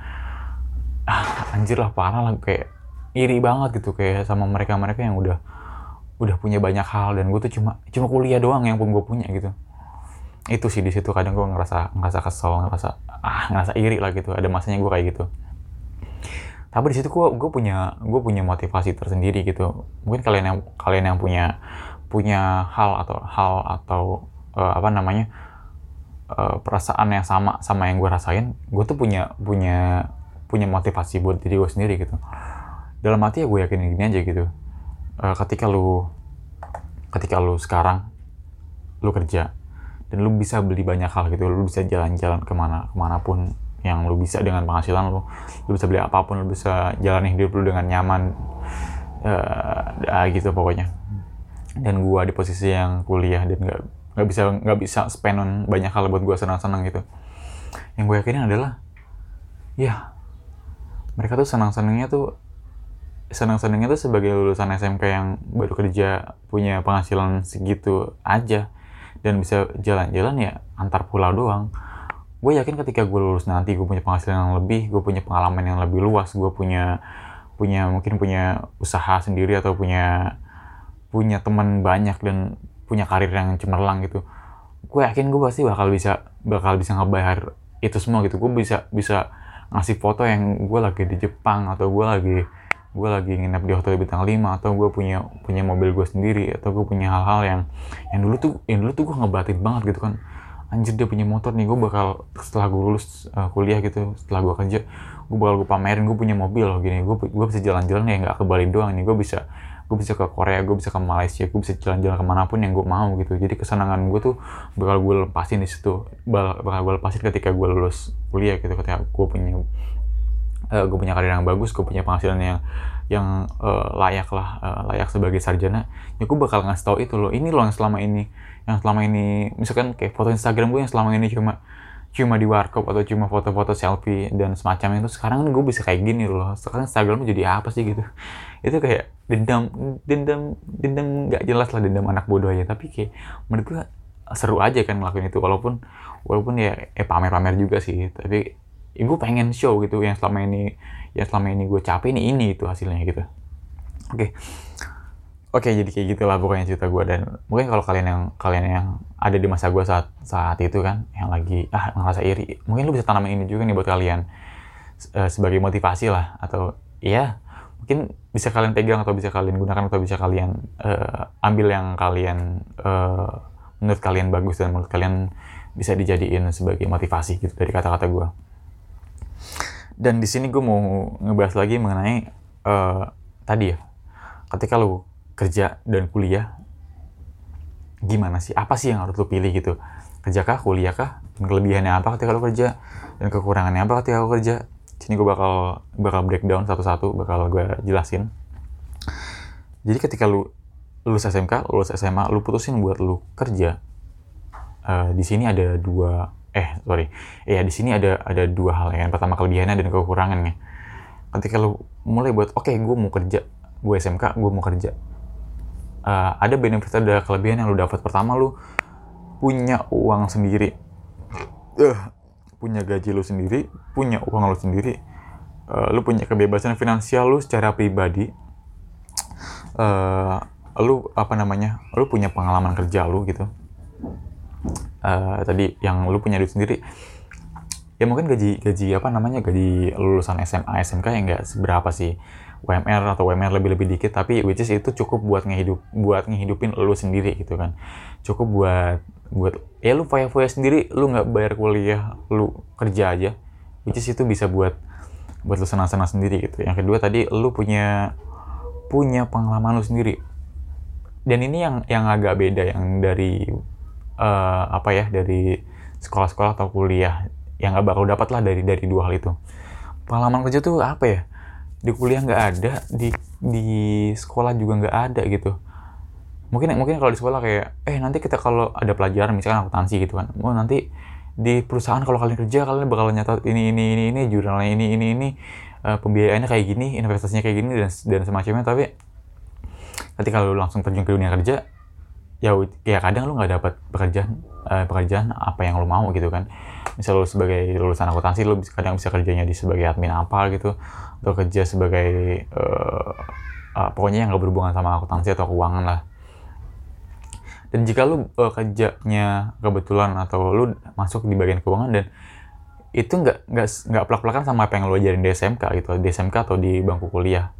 ah, anjir lah, parah lah, kayak iri banget gitu kayak sama mereka-mereka yang udah udah punya banyak hal dan gue tuh cuma cuma kuliah doang yang pun gue punya gitu. Itu sih di situ kadang gue ngerasa ngerasa kesel, ngerasa ah ngerasa iri lah gitu. Ada masanya gue kayak gitu. Tapi di situ gue gue punya gue punya motivasi tersendiri gitu. Mungkin kalian yang kalian yang punya punya hal atau hal atau uh, apa namanya Uh, perasaan yang sama sama yang gue rasain, gue tuh punya punya punya motivasi buat diri gue sendiri gitu. Dalam hati ya gue yakin gini aja gitu, uh, ketika lu ketika lu sekarang lu kerja dan lu bisa beli banyak hal gitu, lu bisa jalan-jalan kemana kemanapun yang lu bisa dengan penghasilan lu, lu bisa beli apapun, lu bisa jalani hidup lu dengan nyaman, uh, gitu pokoknya. Dan gue di posisi yang kuliah dan nggak nggak bisa nggak bisa spend on banyak hal buat gue senang-senang gitu. Yang gue yakinin adalah ya mereka tuh senang-senangnya tuh senang-senangnya tuh sebagai lulusan S M K yang baru kerja punya penghasilan segitu aja dan bisa jalan-jalan ya antar pulau doang. Gue yakin ketika gue lulus nanti gue punya penghasilan yang lebih, gue punya pengalaman yang lebih luas, gue punya punya mungkin punya usaha sendiri atau punya punya teman banyak dan punya karir yang cemerlang gitu. Gue yakin gue pasti bakal bisa bakal bisa ngebayar itu semua gitu. Gue bisa bisa ngasih foto yang gue lagi di Jepang, atau gue lagi gue lagi nginep di hotel bintang lima, atau gue punya punya mobil gue sendiri, atau gue punya hal-hal yang yang dulu tuh yang dulu tuh gue ngebatin banget gitu kan. Anjir dia punya motor nih, gue bakal setelah gue lulus uh, kuliah gitu, setelah gue kerja, gue bakal gue pamerin gue punya mobil loh gini. Gue gue bisa jalan-jalan ya nggak ke Bali doang nih, gue bisa gue bisa ke Korea, gue bisa ke Malaysia, gue bisa jalan-jalan kemanapun yang gue mau gitu. Jadi kesenangan gue tuh bakal gue lepasin di situ, bakal gue lepasin ketika gue lulus kuliah gitu, ketika gue punya uh, gue punya karir yang bagus, gue punya penghasilan yang yang uh, layak lah, uh, layak sebagai sarjana. Ya gue bakal ngasih tau itu loh, ini loh yang selama ini yang selama ini misalkan kayak foto Instagram gue yang selama ini cuma cuma di warkop atau cuma foto-foto selfie dan semacamnya itu, sekarang gue bisa kayak gini loh. Sekarang Instagram jadi apa sih gitu. Itu kayak dendam dendam dendam nggak jelas lah, dendam anak bodoh aja. Tapi kayak menurut gue seru aja kan ngelakuin itu, walaupun walaupun ya eh pamer-pamer juga sih. Tapi ya gue pengen show gitu yang selama ini yang selama ini gue capek ini ini itu hasilnya gitu. Oke. Okay. Oke, okay, jadi kayak gitulah pokoknya cerita gue. Dan mungkin kalau kalian yang kalian yang ada di masa gue saat saat itu kan, yang lagi ah ngerasa iri, mungkin lu bisa tanamin ini juga nih buat kalian uh, sebagai motivasi lah, atau ya mungkin bisa kalian pegang atau bisa kalian gunakan atau bisa kalian uh, ambil yang kalian uh, menurut kalian bagus dan menurut kalian bisa dijadiin sebagai motivasi gitu dari kata-kata gue. Dan di sini gue mau ngebahas lagi mengenai uh, tadi ya, ketika lu kerja dan kuliah, gimana sih? Apa sih yang harus lu pilih gitu? Kerja kah? Kuliah kah? Dan kelebihannya apa ketika lu kerja? Dan kekurangannya apa ketika lu kerja? Sini gue bakal bakal breakdown satu-satu, bakal gue jelasin. Jadi ketika lu lulus S M K, lulus S M A, lu putusin buat lu kerja. Uh, di sini ada dua eh sorry, ya di sini ada ada dua hal ya. Yang pertama kelebihannya dan kekurangannya. Ketika lu mulai buat oke, okay, gue mau kerja, gue S M K, gue mau kerja. uh, ada benefit, ada kelebihan yang lu dapat. Pertama, lu punya uang sendiri, uh, punya gaji lu sendiri, punya uang lu sendiri, uh, lu punya kebebasan finansial lu secara pribadi, uh, lu apa namanya, lu punya pengalaman kerja lu gitu. Uh, tadi yang lu punya duit sendiri, ya mungkin gaji gaji apa namanya gaji lulusan S M A S M K yang nggak seberapa sih, U M R atau U M R lebih lebih dikit, tapi which is itu cukup buat ngehidup buat ngehidupin lu sendiri gitu kan, cukup buat buat ya lu foya-foya sendiri, lu nggak bayar kuliah, lu kerja aja, which is itu bisa buat buat lu senang-senang sendiri gitu. Yang kedua tadi, lu punya punya pengalaman lu sendiri, dan ini yang yang agak beda yang dari uh, apa ya dari sekolah-sekolah atau kuliah, yang gak bakal dapat lah dari dari dua hal itu. Pengalaman kerja tuh apa ya, di kuliah nggak ada, di di sekolah juga nggak ada gitu. Mungkin mungkin kalau di sekolah kayak eh nanti kita kalau ada pelajaran misalkan akuntansi gitu kan, oh nanti di perusahaan kalau kalian kerja kalian bakal nyatat ini ini ini ini jurnalnya ini ini ini uh, pembiayaannya kayak gini, investasinya kayak gini dan dan semacamnya. Tapi ketika lu langsung terjun ke dunia kerja, ya ya kadang lu nggak dapat pekerjaan uh, pekerjaan apa yang lu mau gitu kan. Misal lu sebagai lulusan akuntansi, lu bisa, kadang bisa kerjanya di sebagai admin apa gitu, atau kerja sebagai uh, uh, pokoknya yang nggak berhubungan sama akuntansi atau keuangan lah. Dan jika lu uh, kerjanya kebetulan atau lu masuk di bagian keuangan dan itu nggak nggak nggak plak-plakan sama apa yang lu ajarin di S M K gitu, di S M K atau di bangku kuliah,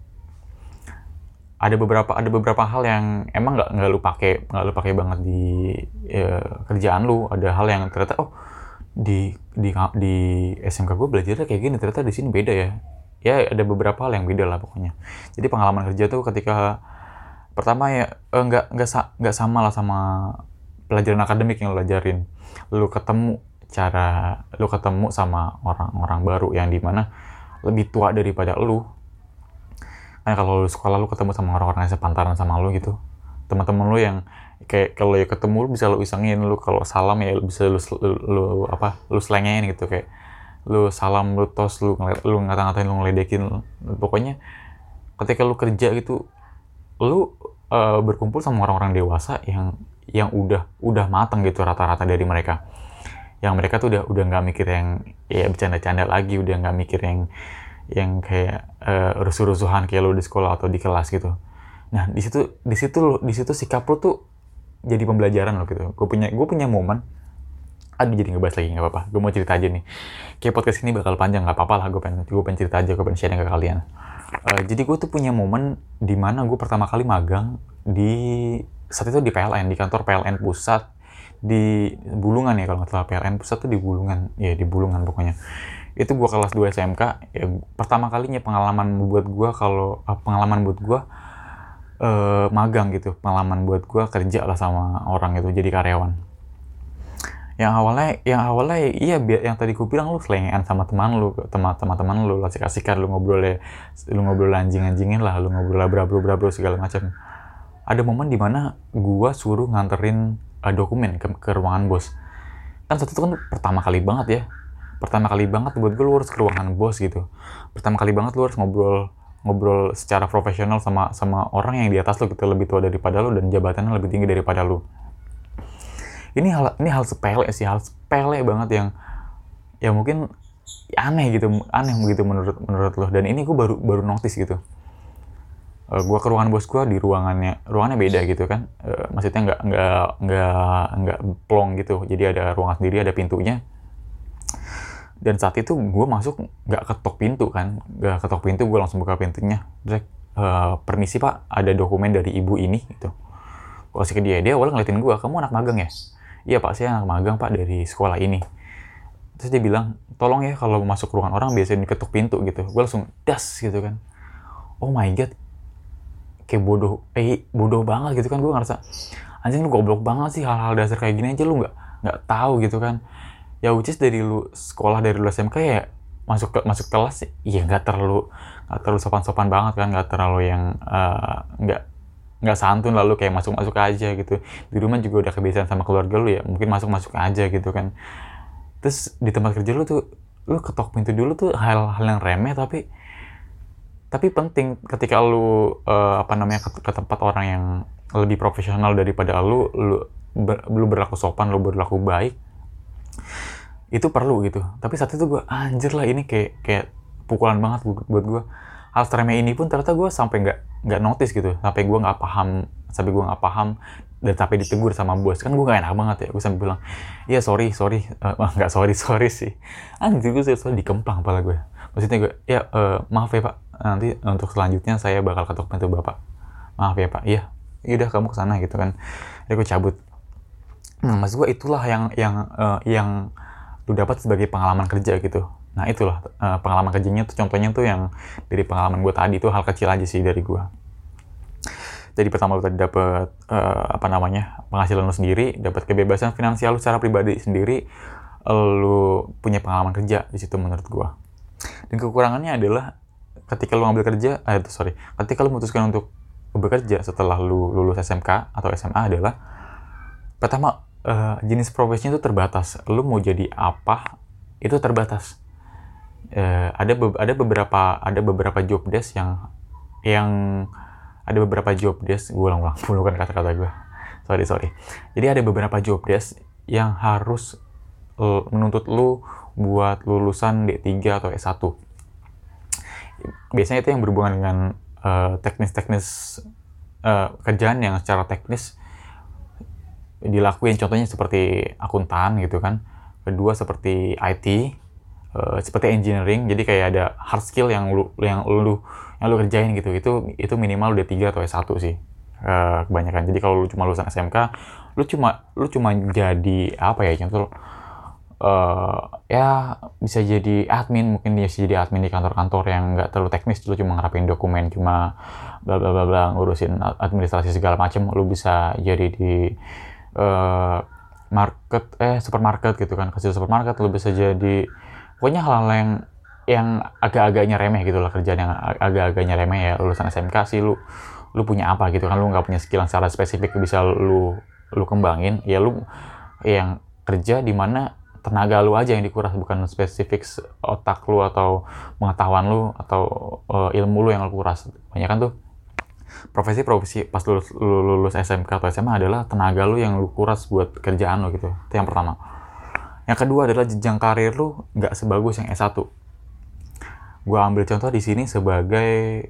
ada beberapa ada beberapa hal yang emang nggak nggak lu pakai nggak lu pakai banget di ya, kerjaan lu. Ada hal yang ternyata oh di di di S M K gue belajarnya kayak gini, ternyata di sini beda ya. Ya ada beberapa hal yang beda lah pokoknya. Jadi pengalaman kerja tuh ketika pertama ya eh, nggak nggak nggak sama lah sama pelajaran akademik yang lu ajarin. Lu ketemu cara lu ketemu sama orang-orang baru yang dimana lebih tua daripada lu. Nah kalau lu sekolah lu ketemu sama orang-orang yang sepantaran sama lu gitu, teman-teman lu yang kayak kalau ya ketemu lu bisa lu isengin, lu kalau salam ya lu bisa lu, lu, lu apa lu selengin gitu, kayak lu salam, lu tos, lu lu ngata-ngatain, lu ngeledekin. Pokoknya ketika lu kerja gitu, lu uh, berkumpul sama orang-orang dewasa yang yang udah udah matang gitu rata-rata dari mereka, yang mereka tuh udah udah nggak mikir yang ya bercanda-canda lagi, udah nggak mikir yang yang kayak uh, rusuh-rusuhan kayak lu di sekolah atau di kelas gitu. Nah di situ di situ di situ sikap lu tuh jadi pembelajaran lo gitu. Gue punya gue punya momen, aduh jadi ngebahas lagi nggak apa-apa. Gue mau cerita aja nih. Kayak podcast ini bakal panjang, nggak apa-apa lah. Gue pengen gue pengen cerita aja, gue pengen sharing ke kalian. Uh, jadi gue tuh punya momen di mana gue pertama kali magang di saat itu di P L N, di kantor P L N pusat di Bulungan ya, kalau nggak salah P L N pusat tuh di Bulungan, ya di Bulungan pokoknya. Itu gue kelas dua S M K, ya, pertama kalinya pengalaman buat gue kalau uh, pengalaman buat gue uh, magang gitu, pengalaman buat gue kerja lah sama orang itu, jadi karyawan. Yang awalnya, yang awalnya iya yang tadi gue bilang, lu selengean sama teman lu, teman-teman lu, asik-asikan, lu ngobrol ya, lu ngobrol anjing-anjingin lah, lu ngobrol brabro-brabro segala macam. Ada momen dimana gue suruh nganterin uh, dokumen ke, ke ruangan bos. Kan saat itu kan pertama kali banget ya, pertama kali banget buat gue lu harus ke ruangan bos gitu. Pertama kali banget lu harus ngobrol ngobrol secara profesional sama sama orang yang di atas lu gitu, lebih tua daripada lu dan jabatannya lebih tinggi daripada lu. Ini hal ini hal sepele sih, hal sepele banget yang ya mungkin aneh gitu, aneh begitu menurut menurut lo. Dan ini gue baru baru notice gitu. Uh, gue ke ruangan bos gue, di ruangannya ruangannya beda gitu kan. Uh, maksudnya nggak nggak nggak nggak plong gitu. Jadi ada ruangan sendiri, ada pintunya. Dan saat itu gue masuk nggak ketok pintu kan, nggak ketok pintu, gue langsung buka pintunya. Direct, uh, permisi pak, ada dokumen dari ibu ini gitu. Gue kasih ke dia, dia awalnya ngeliatin gue, kamu anak magang ya? Iya pak, saya anak magang pak dari sekolah ini. Terus dia bilang, tolong ya kalau masuk ruangan orang biasanya diketuk pintu gitu. Gue langsung das gitu kan. Oh my god, kayak bodoh, eh bodoh banget gitu kan. Gue ngerasa, anjing lu goblok banget sih, hal-hal dasar kayak gini aja lu nggak nggak tahu gitu kan. Ya which is dari lu sekolah, dari lu S M K ya masuk ke, masuk kelas ya nggak terlalu nggak terlalu sopan-sopan banget kan, nggak terlalu yang nggak uh, nggak santun, lalu kayak masuk-masuk aja gitu. Di rumah juga udah kebiasaan sama keluarga lu ya, mungkin masuk-masuk aja gitu kan. Terus di tempat kerja lu tuh, lu ketok pintu dulu tuh hal-hal yang remeh, tapi Tapi penting ketika lu uh, apa namanya ke, ke tempat orang yang lebih profesional daripada lu, lu ber, lu berlaku sopan, lu berlaku baik, itu perlu gitu. Tapi saat itu gue anjir lah, ini kayak kayak pukulan banget buat gue. Hal remeh ini pun ternyata gue sampai nggak nggak notice gitu, sampai gue nggak paham, sampai gue nggak paham dan sampai ditegur sama bos. Kan gue gak enak banget ya, gue sampai bilang iya sorry sorry uh, nggak sorry sorry sih, anjir gue soalnya dikemplang kepala gue. Maksudnya gue ya uh, maaf ya pak, nanti untuk selanjutnya saya bakal ketok pintu bapak, maaf ya pak. Iya yaudah kamu kesana gitu kan. Jadi gue cabut. Nah maksud gue itulah yang yang uh, yang lu dapat sebagai pengalaman kerja gitu. Nah itulah uh, pengalaman kerjanya tuh, contohnya tuh yang dari pengalaman gue tadi tuh hal kecil aja sih dari gue. Jadi pertama lu tadi dapat uh, apa namanya penghasilan lu sendiri, dapat kebebasan finansial lu secara pribadi sendiri, lu punya pengalaman kerja di situ menurut gue. Dan kekurangannya adalah ketika lu ngambil kerja, eh sorry, ketika lu memutuskan untuk bekerja setelah lu lulus S M K atau S M A adalah pertama uh, jenis profesinya itu terbatas. Lu mau jadi apa itu terbatas. Uh, ada be- ada beberapa ada beberapa job desk yang yang ada beberapa job desk gue ulang-ulang dulu kan kata-kata gue sorry sorry jadi ada beberapa job desk yang harus uh, menuntut lu buat lulusan D tiga atau S satu. Biasanya itu yang berhubungan dengan uh, teknis-teknis uh, kerjaan yang secara teknis dilakuin, contohnya seperti akuntan gitu kan. Kedua seperti I T, uh, seperti engineering. Jadi kayak ada hard skill yang lu yang lu yang lu kerjain gitu. Itu itu minimal D tiga atau S satu sih. Uh, kebanyakan. Jadi kalau lu cuma lulusan S M K, lu cuma lu cuma jadi apa ya, contoh uh, ya bisa jadi admin, mungkin dia bisa jadi admin di kantor-kantor yang nggak terlalu teknis. Lu cuma ngerapin dokumen, cuma bla bla bla bla ngurusin administrasi segala macam. Lu bisa jadi di uh, market eh supermarket gitu kan, kasir supermarket. Lu bisa jadi pokoknya hal-hal yang yang agak-agaknya remeh gitu lah, kerjaan yang agak-agaknya remeh ya. Lulusan S M K sih lu lu punya apa gitu kan, lu nggak punya skill yang secara spesifik bisa lu lu kembangin ya. Lu yang kerja di mana tenaga lu aja yang dikuras, bukan spesifik otak lu atau pengetahuan lu atau uh, ilmu lu yang lu kuras. Banyak kan tuh profesi-profesi pas lulus, lulus S M K atau S M A adalah tenaga lu yang lu kuras buat kerjaan lu gitu. Itu yang pertama. Yang kedua adalah jenjang karir lu nggak sebagus yang S satu. Gua ambil contoh di sini sebagai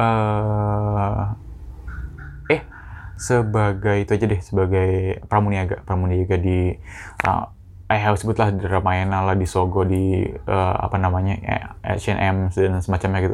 uh, eh sebagai itu aja deh, sebagai pramuniaga pramuniaga di uh, eh harus sebutlah di Ramayana lah, di Sogo, di uh, apa namanya H and M dan semacamnya gitu.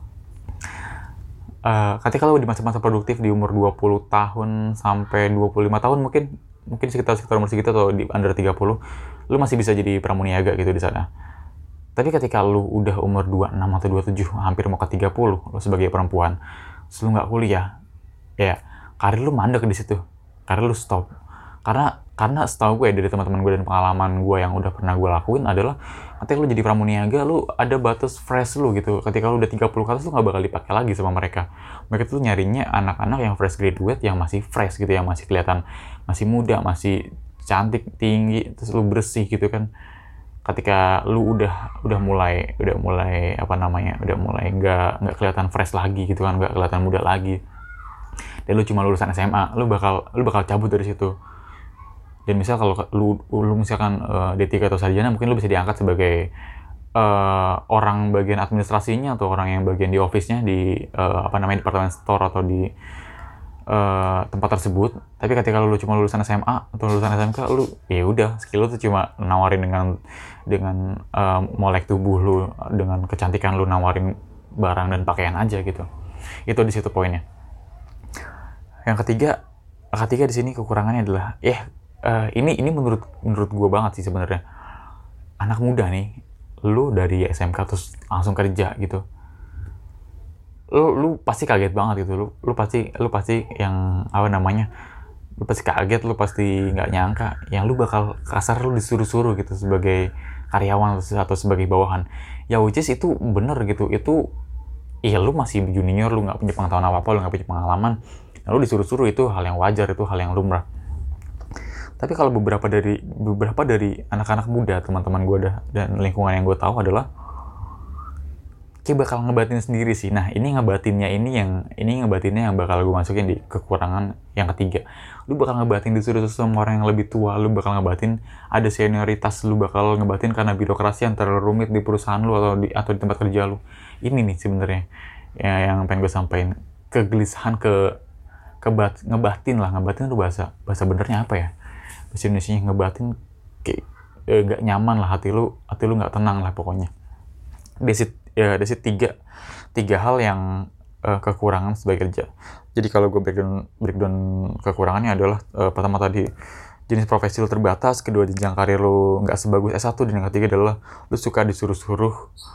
Uh, ketika lo di masa-masa produktif di umur dua puluh tahun sampai dua puluh lima tahun, mungkin mungkin sekitar sekitar umur segitu atau di under tiga puluh, lo masih bisa jadi pramuniaga gitu di sana. Tapi ketika lo udah umur dua puluh enam atau dua puluh tujuh, hampir mau ke tiga puluh, lo sebagai perempuan, terus lo nggak kuliah, ya karir lo mandek di situ, karir lo stop. Karena karena setahu gue dari teman-teman gue dan pengalaman gue yang udah pernah gue lakuin adalah ketika lu jadi pramuniaga, lu ada batas fresh lu gitu. Ketika lu udah tiga puluh ke atas, lu gak bakal dipakai lagi sama mereka. Mereka tuh nyarinya anak-anak yang fresh graduate, yang masih fresh gitu, yang masih kelihatan masih muda, masih cantik, tinggi, terus lu bersih gitu kan. Ketika lu udah udah mulai udah mulai apa namanya, udah mulai nggak nggak kelihatan fresh lagi gitu kan, nggak kelihatan muda lagi. Dan lu cuma lulusan S M A, lu bakal lu bakal cabut dari situ. Dan misal kalau lu, lu misalkan uh, D tiga atau sarjana, mungkin lu bisa diangkat sebagai uh, orang bagian administrasinya atau orang yang bagian di office-nya di uh, apa namanya departemen store atau di uh, tempat tersebut. Tapi ketika lu cuma lulusan S M A atau lulusan S M K, lu ya udah skill lu tuh cuma nawarin dengan dengan uh, molek tubuh lu, dengan kecantikan lu, nawarin barang dan pakaian aja gitu. Itu di situ poinnya. Yang ketiga, ketiga di sini kekurangannya adalah ya Uh, ini ini menurut menurut gue banget sih sebenarnya. Anak muda nih, lu dari S M K terus langsung kerja gitu. Lu lu pasti kaget banget gitu. Lu lu pasti lu pasti yang apa namanya? Lu pasti kaget, lu pasti nggak nyangka yang lu bakal kasar, lu disuruh-suruh gitu sebagai karyawan atau sebagai bawahan. Ya which is itu bener gitu. Itu iya lu masih junior, lu nggak punya pengetahuan apa-apa, lu nggak punya pengalaman. Lu disuruh-suruh itu hal yang wajar, itu hal yang lumrah. Tapi kalau beberapa dari beberapa dari anak-anak muda, teman-teman gue dah dan lingkungan yang gue tahu adalah kayak bakal ngebatin sendiri sih. Nah, ini ngebatinnya ini yang ini ngebatinnya yang bakal gue masukin di kekurangan yang ketiga. Lu bakal ngebatin disuruh sama orang yang lebih tua, lu bakal ngebatin ada senioritas, lu bakal ngebatin karena birokrasi yang terlalu rumit di perusahaan lu atau di atau di tempat kerja lu. Ini nih sebenarnya ya, yang pengen gue sampaikan. Kegelisahan ke kebat ngebatin lah, ngebatin tuh bahasa bahasa benernya apa ya? Bahasa Indonesia ngebatin kayak eh, gak nyaman lah, hati lu hati lu nggak tenang lah pokoknya. Desit ya desit tiga tiga hal yang uh, kekurangan sebagai kerja. Jadi kalau gue breakdown breakdown kekurangannya adalah uh, pertama tadi jenis profesi lu terbatas, kedua jenjang karir lu nggak sebagus S satu, dan yang ketiga adalah lu suka disuruh-suruh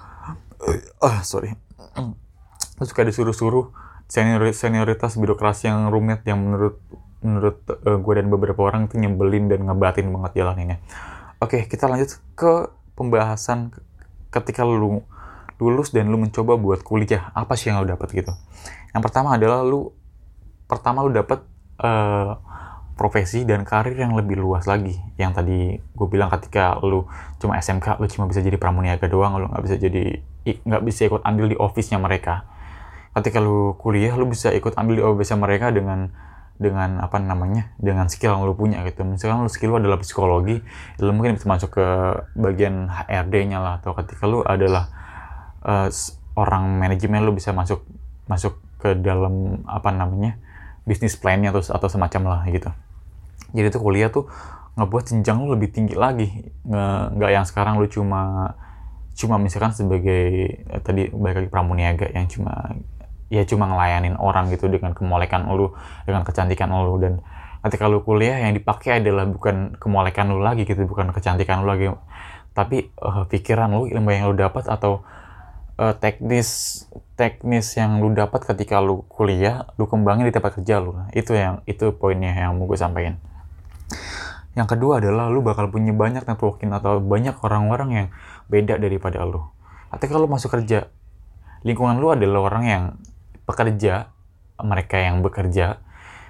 ah uh, sorry lu suka disuruh-suruh senior senioritas birokrasi yang rumit yang menurut menurut uh, gue dan beberapa orang itu nyebelin dan ngebatin banget jalaninnya. Oke, kita lanjut ke pembahasan ketika lu lulus dan lu mencoba buat kuliah, apa sih yang lu dapat gitu. Yang pertama adalah lu pertama lu dapat uh, profesi dan karir yang lebih luas lagi. Yang tadi gue bilang ketika lu cuma S M K, lu cuma bisa jadi pramuniaga doang, lu nggak bisa jadi nggak bisa ikut andil di office-nya mereka. Ketika lu kuliah, lu bisa ikut ambil di office-nya mereka dengan dengan apa namanya dengan skill yang lu punya gitu. Misalkan lu skill lu adalah psikologi, lu mungkin bisa masuk ke bagian H R D-nya lah, atau ketika lu adalah uh, orang manajemen, lu bisa masuk masuk ke dalam apa namanya bisnis plan-nya atau atau semacam lah gitu. Jadi tuh kuliah tuh ngebuat jenjang lu lebih tinggi lagi, nggak yang sekarang lu cuma cuma misalkan sebagai eh, tadi balik lagi pramuniaga yang cuma ya cuma ngelayanin orang gitu dengan kemolekan lu, dengan kecantikan lu. Dan ketika lu kuliah yang dipakai adalah bukan kemolekan lu lagi gitu, bukan kecantikan lu lagi, tapi uh, pikiran lu, ilmu yang lu dapat, atau uh, teknis teknis yang lu dapat ketika lu kuliah, lu kembangin di tempat kerja lu. Itu yang itu poinnya yang mau gue sampaikan. Yang kedua adalah lu bakal punya banyak networking atau banyak orang-orang yang beda daripada lu. Ketika lu masuk kerja, lingkungan lu adalah orang yang pekerja, mereka yang bekerja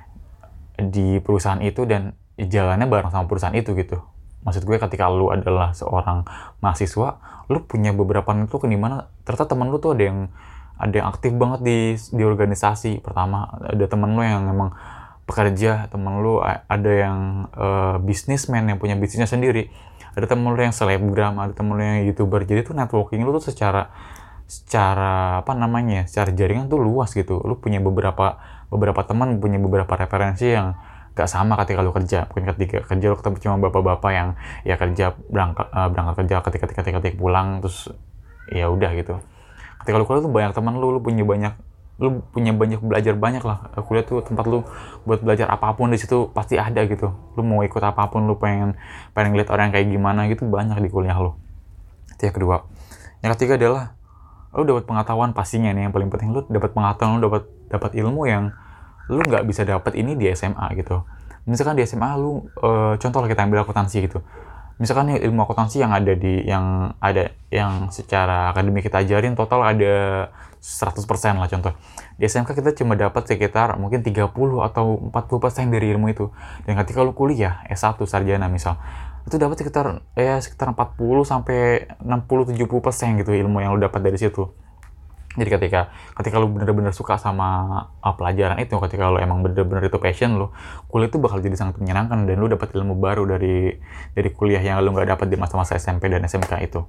di perusahaan itu dan jalannya bareng sama perusahaan itu gitu. Maksud gue ketika lu adalah seorang mahasiswa, lu punya beberapa network di mana ternyata temen lu tuh ada yang ada yang aktif banget di di organisasi. Pertama, ada temen lu yang memang pekerja, temen lu ada yang uh, businessman yang punya bisnisnya sendiri, ada temen lu yang selebgram, ada temen lu yang YouTuber. Jadi tuh networking lu tuh secara secara apa namanya secara jaringan tuh luas gitu. Lu punya beberapa beberapa teman, punya beberapa referensi yang gak sama ketika lu kerja. Mungkin ketika kerja lu ketemu cuma bapak-bapak yang ya kerja berangkat uh, berangkat kerja ketika ketika ketika pulang terus ya udah gitu. Ketika lu kuliah tuh banyak teman lu, lu punya banyak lu punya banyak belajar banyak lah. Kuliah tuh tempat lu buat belajar apapun, di situ pasti ada gitu. Lu mau ikut apapun, lu pengen pengen lihat orang kayak gimana gitu, banyak di kuliah lu. Itu yang kedua. Yang ketiga adalah lu dapat pengetahuan, pastinya nih yang paling penting, lu dapat pengetahuan, lu dapat dapat ilmu yang lu nggak bisa dapat ini di S M A gitu. Misalkan di S M A lu e, contoh lah kita ambil akuntansi gitu. Misalkan nih ilmu akuntansi yang ada di yang ada yang secara akademik kita ajarin total ada seratus persen lah contoh. Di S M K kita cuma dapat sekitar mungkin tiga puluh atau empat puluh persen dari ilmu itu. Dan ketika lu kuliah S satu sarjana misal, itu dapat sekitar ya sekitar empat puluh sampai enam puluh tujuh puluh persen gitu ilmu yang lu dapat dari situ. Jadi ketika ketika lu bener-bener suka sama uh, pelajaran itu, ketika lu emang bener-bener itu passion lu, kuliah itu bakal jadi sangat menyenangkan dan lu dapat ilmu baru dari dari kuliah yang lu nggak dapat di masa-masa S M P dan S M K itu.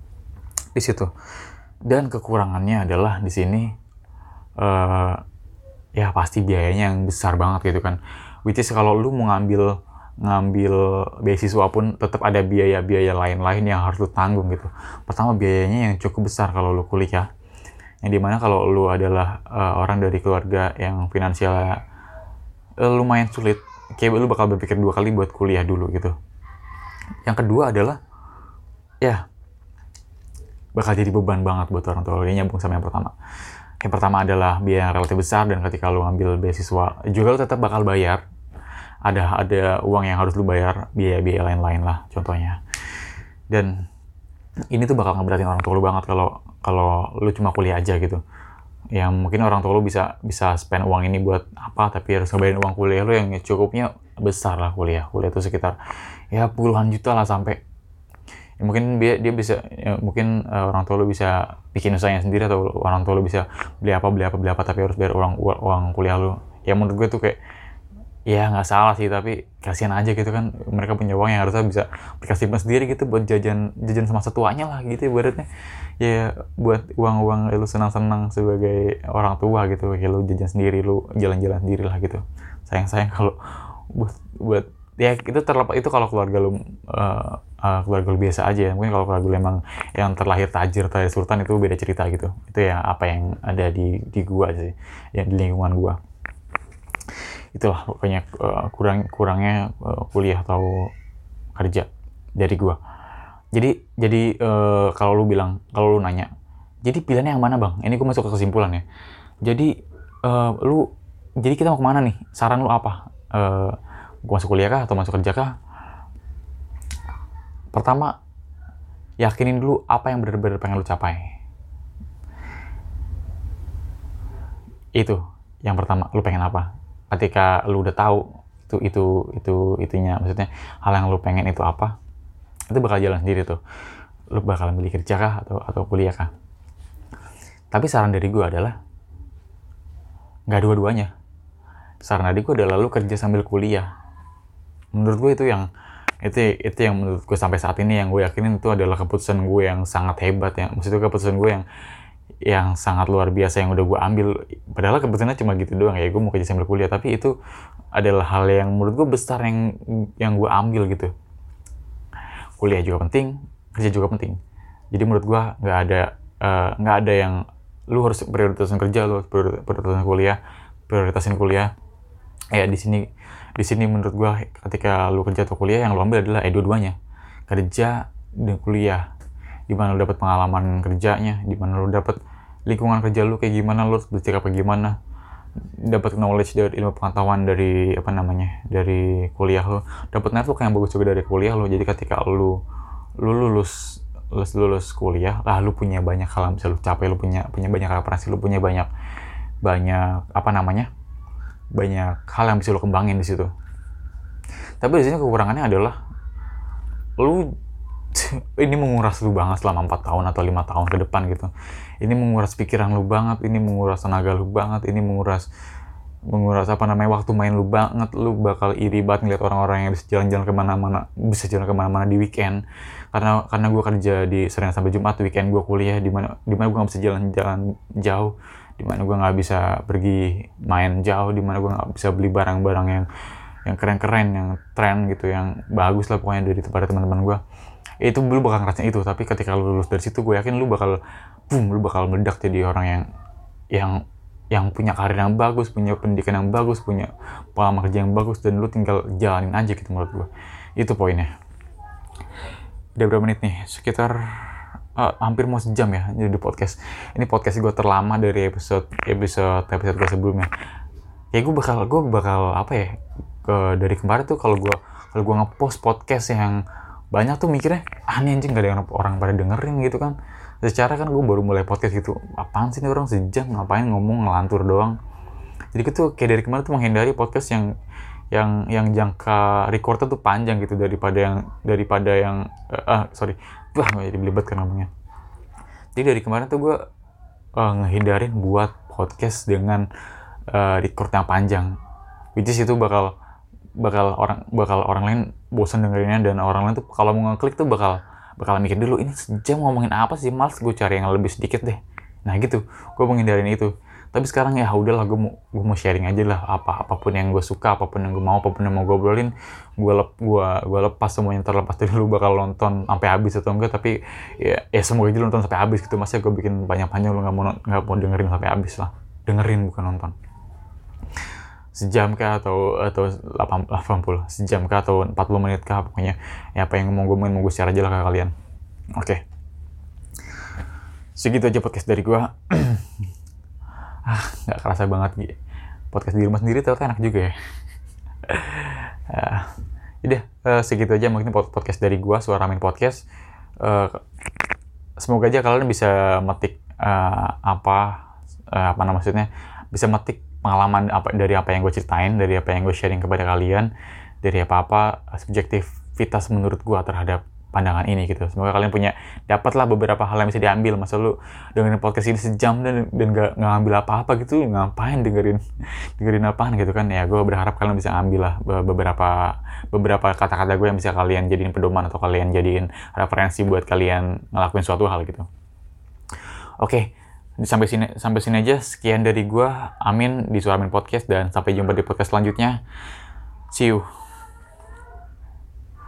Di situ. Dan kekurangannya adalah di sini uh, ya pasti biayanya yang besar banget gitu kan. Which is kalau lu mau ngambil ngambil beasiswa pun tetap ada biaya-biaya lain-lain yang harus lu tanggung gitu. Pertama, biayanya yang cukup besar kalau lu kuliah. Yang dimana kalau lu adalah uh, orang dari keluarga yang finansialnya uh, lumayan sulit, kayak lu bakal berpikir dua kali buat kuliah dulu gitu. Yang kedua adalah ya bakal jadi beban banget buat orang tua. Ini nyambung sama yang pertama. Yang pertama adalah biaya yang relatif besar, dan ketika lu ngambil beasiswa juga lu tetap bakal bayar. Ada ada uang yang harus lu bayar, biaya-biaya lain-lain lah contohnya. Dan ini tuh bakal ngeberatin orang tua lu banget kalau kalau lu cuma kuliah aja gitu. Yang mungkin orang tua lu bisa bisa spend uang ini buat apa, tapi harus ngebayarin uang kuliah lu yang cukupnya besar lah. Kuliah kuliah itu sekitar ya puluhan juta lah, sampai Ya, mungkin dia dia bisa ya, mungkin uh, orang tua lu bisa bikin usahanya sendiri, atau orang tua lu bisa beli apa beli apa beli apa tapi harus bayar uang uang kuliah lu. Ya menurut gue tuh kayak ya nggak salah sih, tapi kasihan aja gitu kan, mereka punya uang yang harusnya bisa mereka simpan sendiri gitu buat jajan jajan semasa tuanya lah gitu ibaratnya. Ya buat uang-uang lu senang-senang sebagai orang tua gitu, kayak lu jajan sendiri, lu jalan-jalan sendiri lah gitu. Sayang-sayang kalau buat buat ya itu terlepas, itu kalau keluarga lu uh, uh, keluarga lu biasa aja. Mungkin kalau keluarga lu emang yang terlahir tajir, terlahir sultan, itu beda cerita gitu. Itu ya apa yang ada di di gua sih, yang di lingkungan gua. Itulah pokoknya uh, kurang kurangnya uh, kuliah atau kerja dari gua. Jadi jadi uh, kalau lu bilang, kalau lu nanya, jadi pilihannya yang mana bang? Ini gua masuk ke kesimpulan ya. Jadi uh, lu jadi kita mau kemana nih? Saran lu apa? Uh, gua masuk kuliah kah atau masuk kerja kah? Pertama, yakinin dulu apa yang benar-benar pengen lu capai. Itu yang pertama, lu pengen apa? Ketika lu udah tahu itu itu itu itunya, maksudnya hal yang lu pengen itu apa, itu bakal jalan sendiri tuh. Lu bakal milih kerja kah atau atau kuliah kah? Tapi saran dari gue adalah nggak dua-duanya. Saran dari gue adalah lu kerja sambil kuliah. Menurut gue itu yang itu itu yang menurut gue sampai saat ini yang gue yakinin itu adalah keputusan gue yang sangat hebat ya. Maksudnya keputusan gue yang yang sangat luar biasa yang udah gue ambil. Padahal keputusannya cuma gitu doang ya, gue mau kerja sambil kuliah, tapi itu adalah hal yang menurut gue besar yang yang gue ambil gitu. Kuliah juga penting, kerja juga penting. Jadi menurut gue nggak ada nggak uh, ada yang lu harus prioritasin kerja, lu harus prioritasin kuliah, prioritasin kuliah. Ya di sini di sini menurut gue ketika lu kerja atau kuliah, yang lu ambil adalah eh dua-duanya, kerja dan kuliah. Di mana lu dapat pengalaman kerjanya, di mana lu dapat lingkungan kerja lu kayak gimana, lu harus bersikap kayak gimana, dapat knowledge dari ilmu pengetahuan dari apa namanya dari kuliah lu, dapat network yang bagus juga dari kuliah lu. Jadi ketika lu lu lulus lulus lulus kuliah lah, lu punya banyak hal yang bisa lu capai, lu punya punya banyak referensi, lu punya banyak banyak apa namanya banyak hal yang bisa lu kembangin di situ. Tapi di sini kekurangannya adalah lu ini menguras lu banget selama empat tahun atau lima tahun ke depan gitu. Ini menguras pikiran lu banget, ini menguras tenaga lu banget, ini menguras menguras apa namanya waktu main lu banget. Lu bakal iri banget ngeliat orang-orang yang bisa jalan-jalan kemana-mana, bisa jalan kemana-mana di weekend. Karena karena gue kerja di Senin sampai Jumat, weekend gue kuliah, di mana di mana gue nggak bisa jalan-jalan jauh, di mana gue nggak bisa pergi main jauh, di mana gue nggak bisa beli barang-barang yang yang keren-keren, yang tren gitu, yang bagus lah pokoknya dari tempat teman-teman gue. Itu lu bakal ngerasain itu, tapi ketika lu lulus dari situ, gue yakin lu bakal boom, lu bakal meledak jadi orang yang yang yang punya karir yang bagus, punya pendidikan yang bagus, punya pengalaman kerja yang bagus, dan lu tinggal jalanin aja gitu menurut gue. Itu poinnya. Udah berapa menit nih? Sekitar uh, hampir mau sejam ya jadi podcast. Ini podcast gue terlama dari episode episode episode gue sebelumnya. Ya gue bakal gue bakal apa ya? Ke, dari kemarin tuh kalau gue kalau gue ngepost podcast yang banyak tuh mikirnya, ah ini anjing gak ada yang orang pada dengerin gitu kan. Secara kan gue baru mulai podcast gitu, apaan sih ini orang sejam ngapain ngomong ngelantur doang. Jadi gitu kayak dari kemarin tuh menghindari podcast yang yang yang jangka recordnya tuh panjang gitu, daripada yang daripada yang uh, ah sorry wah jadi belibet kan ngomongnya. Jadi dari kemarin tuh gue uh, ngehindarin buat podcast dengan uh, record yang panjang, which is itu bakal bakal orang bakal orang lain bosan dengerinnya, dan orang lain tuh kalau mau ngeklik tuh bakal bakal mikir dulu ini sejam ngomongin apa sih, males gue cari yang lebih sedikit deh. Nah gitu, gue menghindarin itu. Tapi sekarang ya udahlah, gue mau gue mau sharing aja lah, apa apapun yang gue suka, apapun yang gue mau, apapun yang mau gue obrolin, gue lep gue gue lepas semuanya, terlepas dari lu bakal nonton sampai habis atau enggak. Tapi ya ya semoga aja lu nonton sampai habis gitu. Masa gue bikin panjang-panjang lu nggak mau nggak mau dengerin sampai habis lah, dengerin bukan nonton. Sejam kah atau atau delapan puluh, sejam kah atau empat puluh menit kah, pokoknya ya apa yang mau gue mau gue share aja lah ke kalian. Oke, okay. Segitu aja podcast dari gue. ah nggak kerasa banget podcast di rumah sendiri, ternyata enak juga ya. uh, udah uh, segitu aja mungkin podcast dari gue, Suara Ramin Podcast. Uh, semoga aja kalian bisa metik uh, apa uh, apa namanya maksudnya bisa metik pengalaman apa dari apa yang gue ceritain, dari apa yang gue sharing kepada kalian, dari apa-apa subjektivitas menurut gue terhadap pandangan ini gitu. Semoga kalian punya dapatlah beberapa hal yang bisa diambil. Masa lu dengerin podcast ini sejam dan dan gak, gak ngambil apa-apa gitu, ngapain dengerin dengerin apaan gitu kan. Ya gue berharap kalian bisa ambil lah beberapa beberapa kata-kata gue yang bisa kalian jadiin pedoman atau kalian jadiin referensi buat kalian ngelakuin suatu hal gitu. Oke, sampai sini sampai sini aja. Sekian dari gue, Amin di Suara Amin Podcast, dan sampai jumpa di podcast selanjutnya. See you.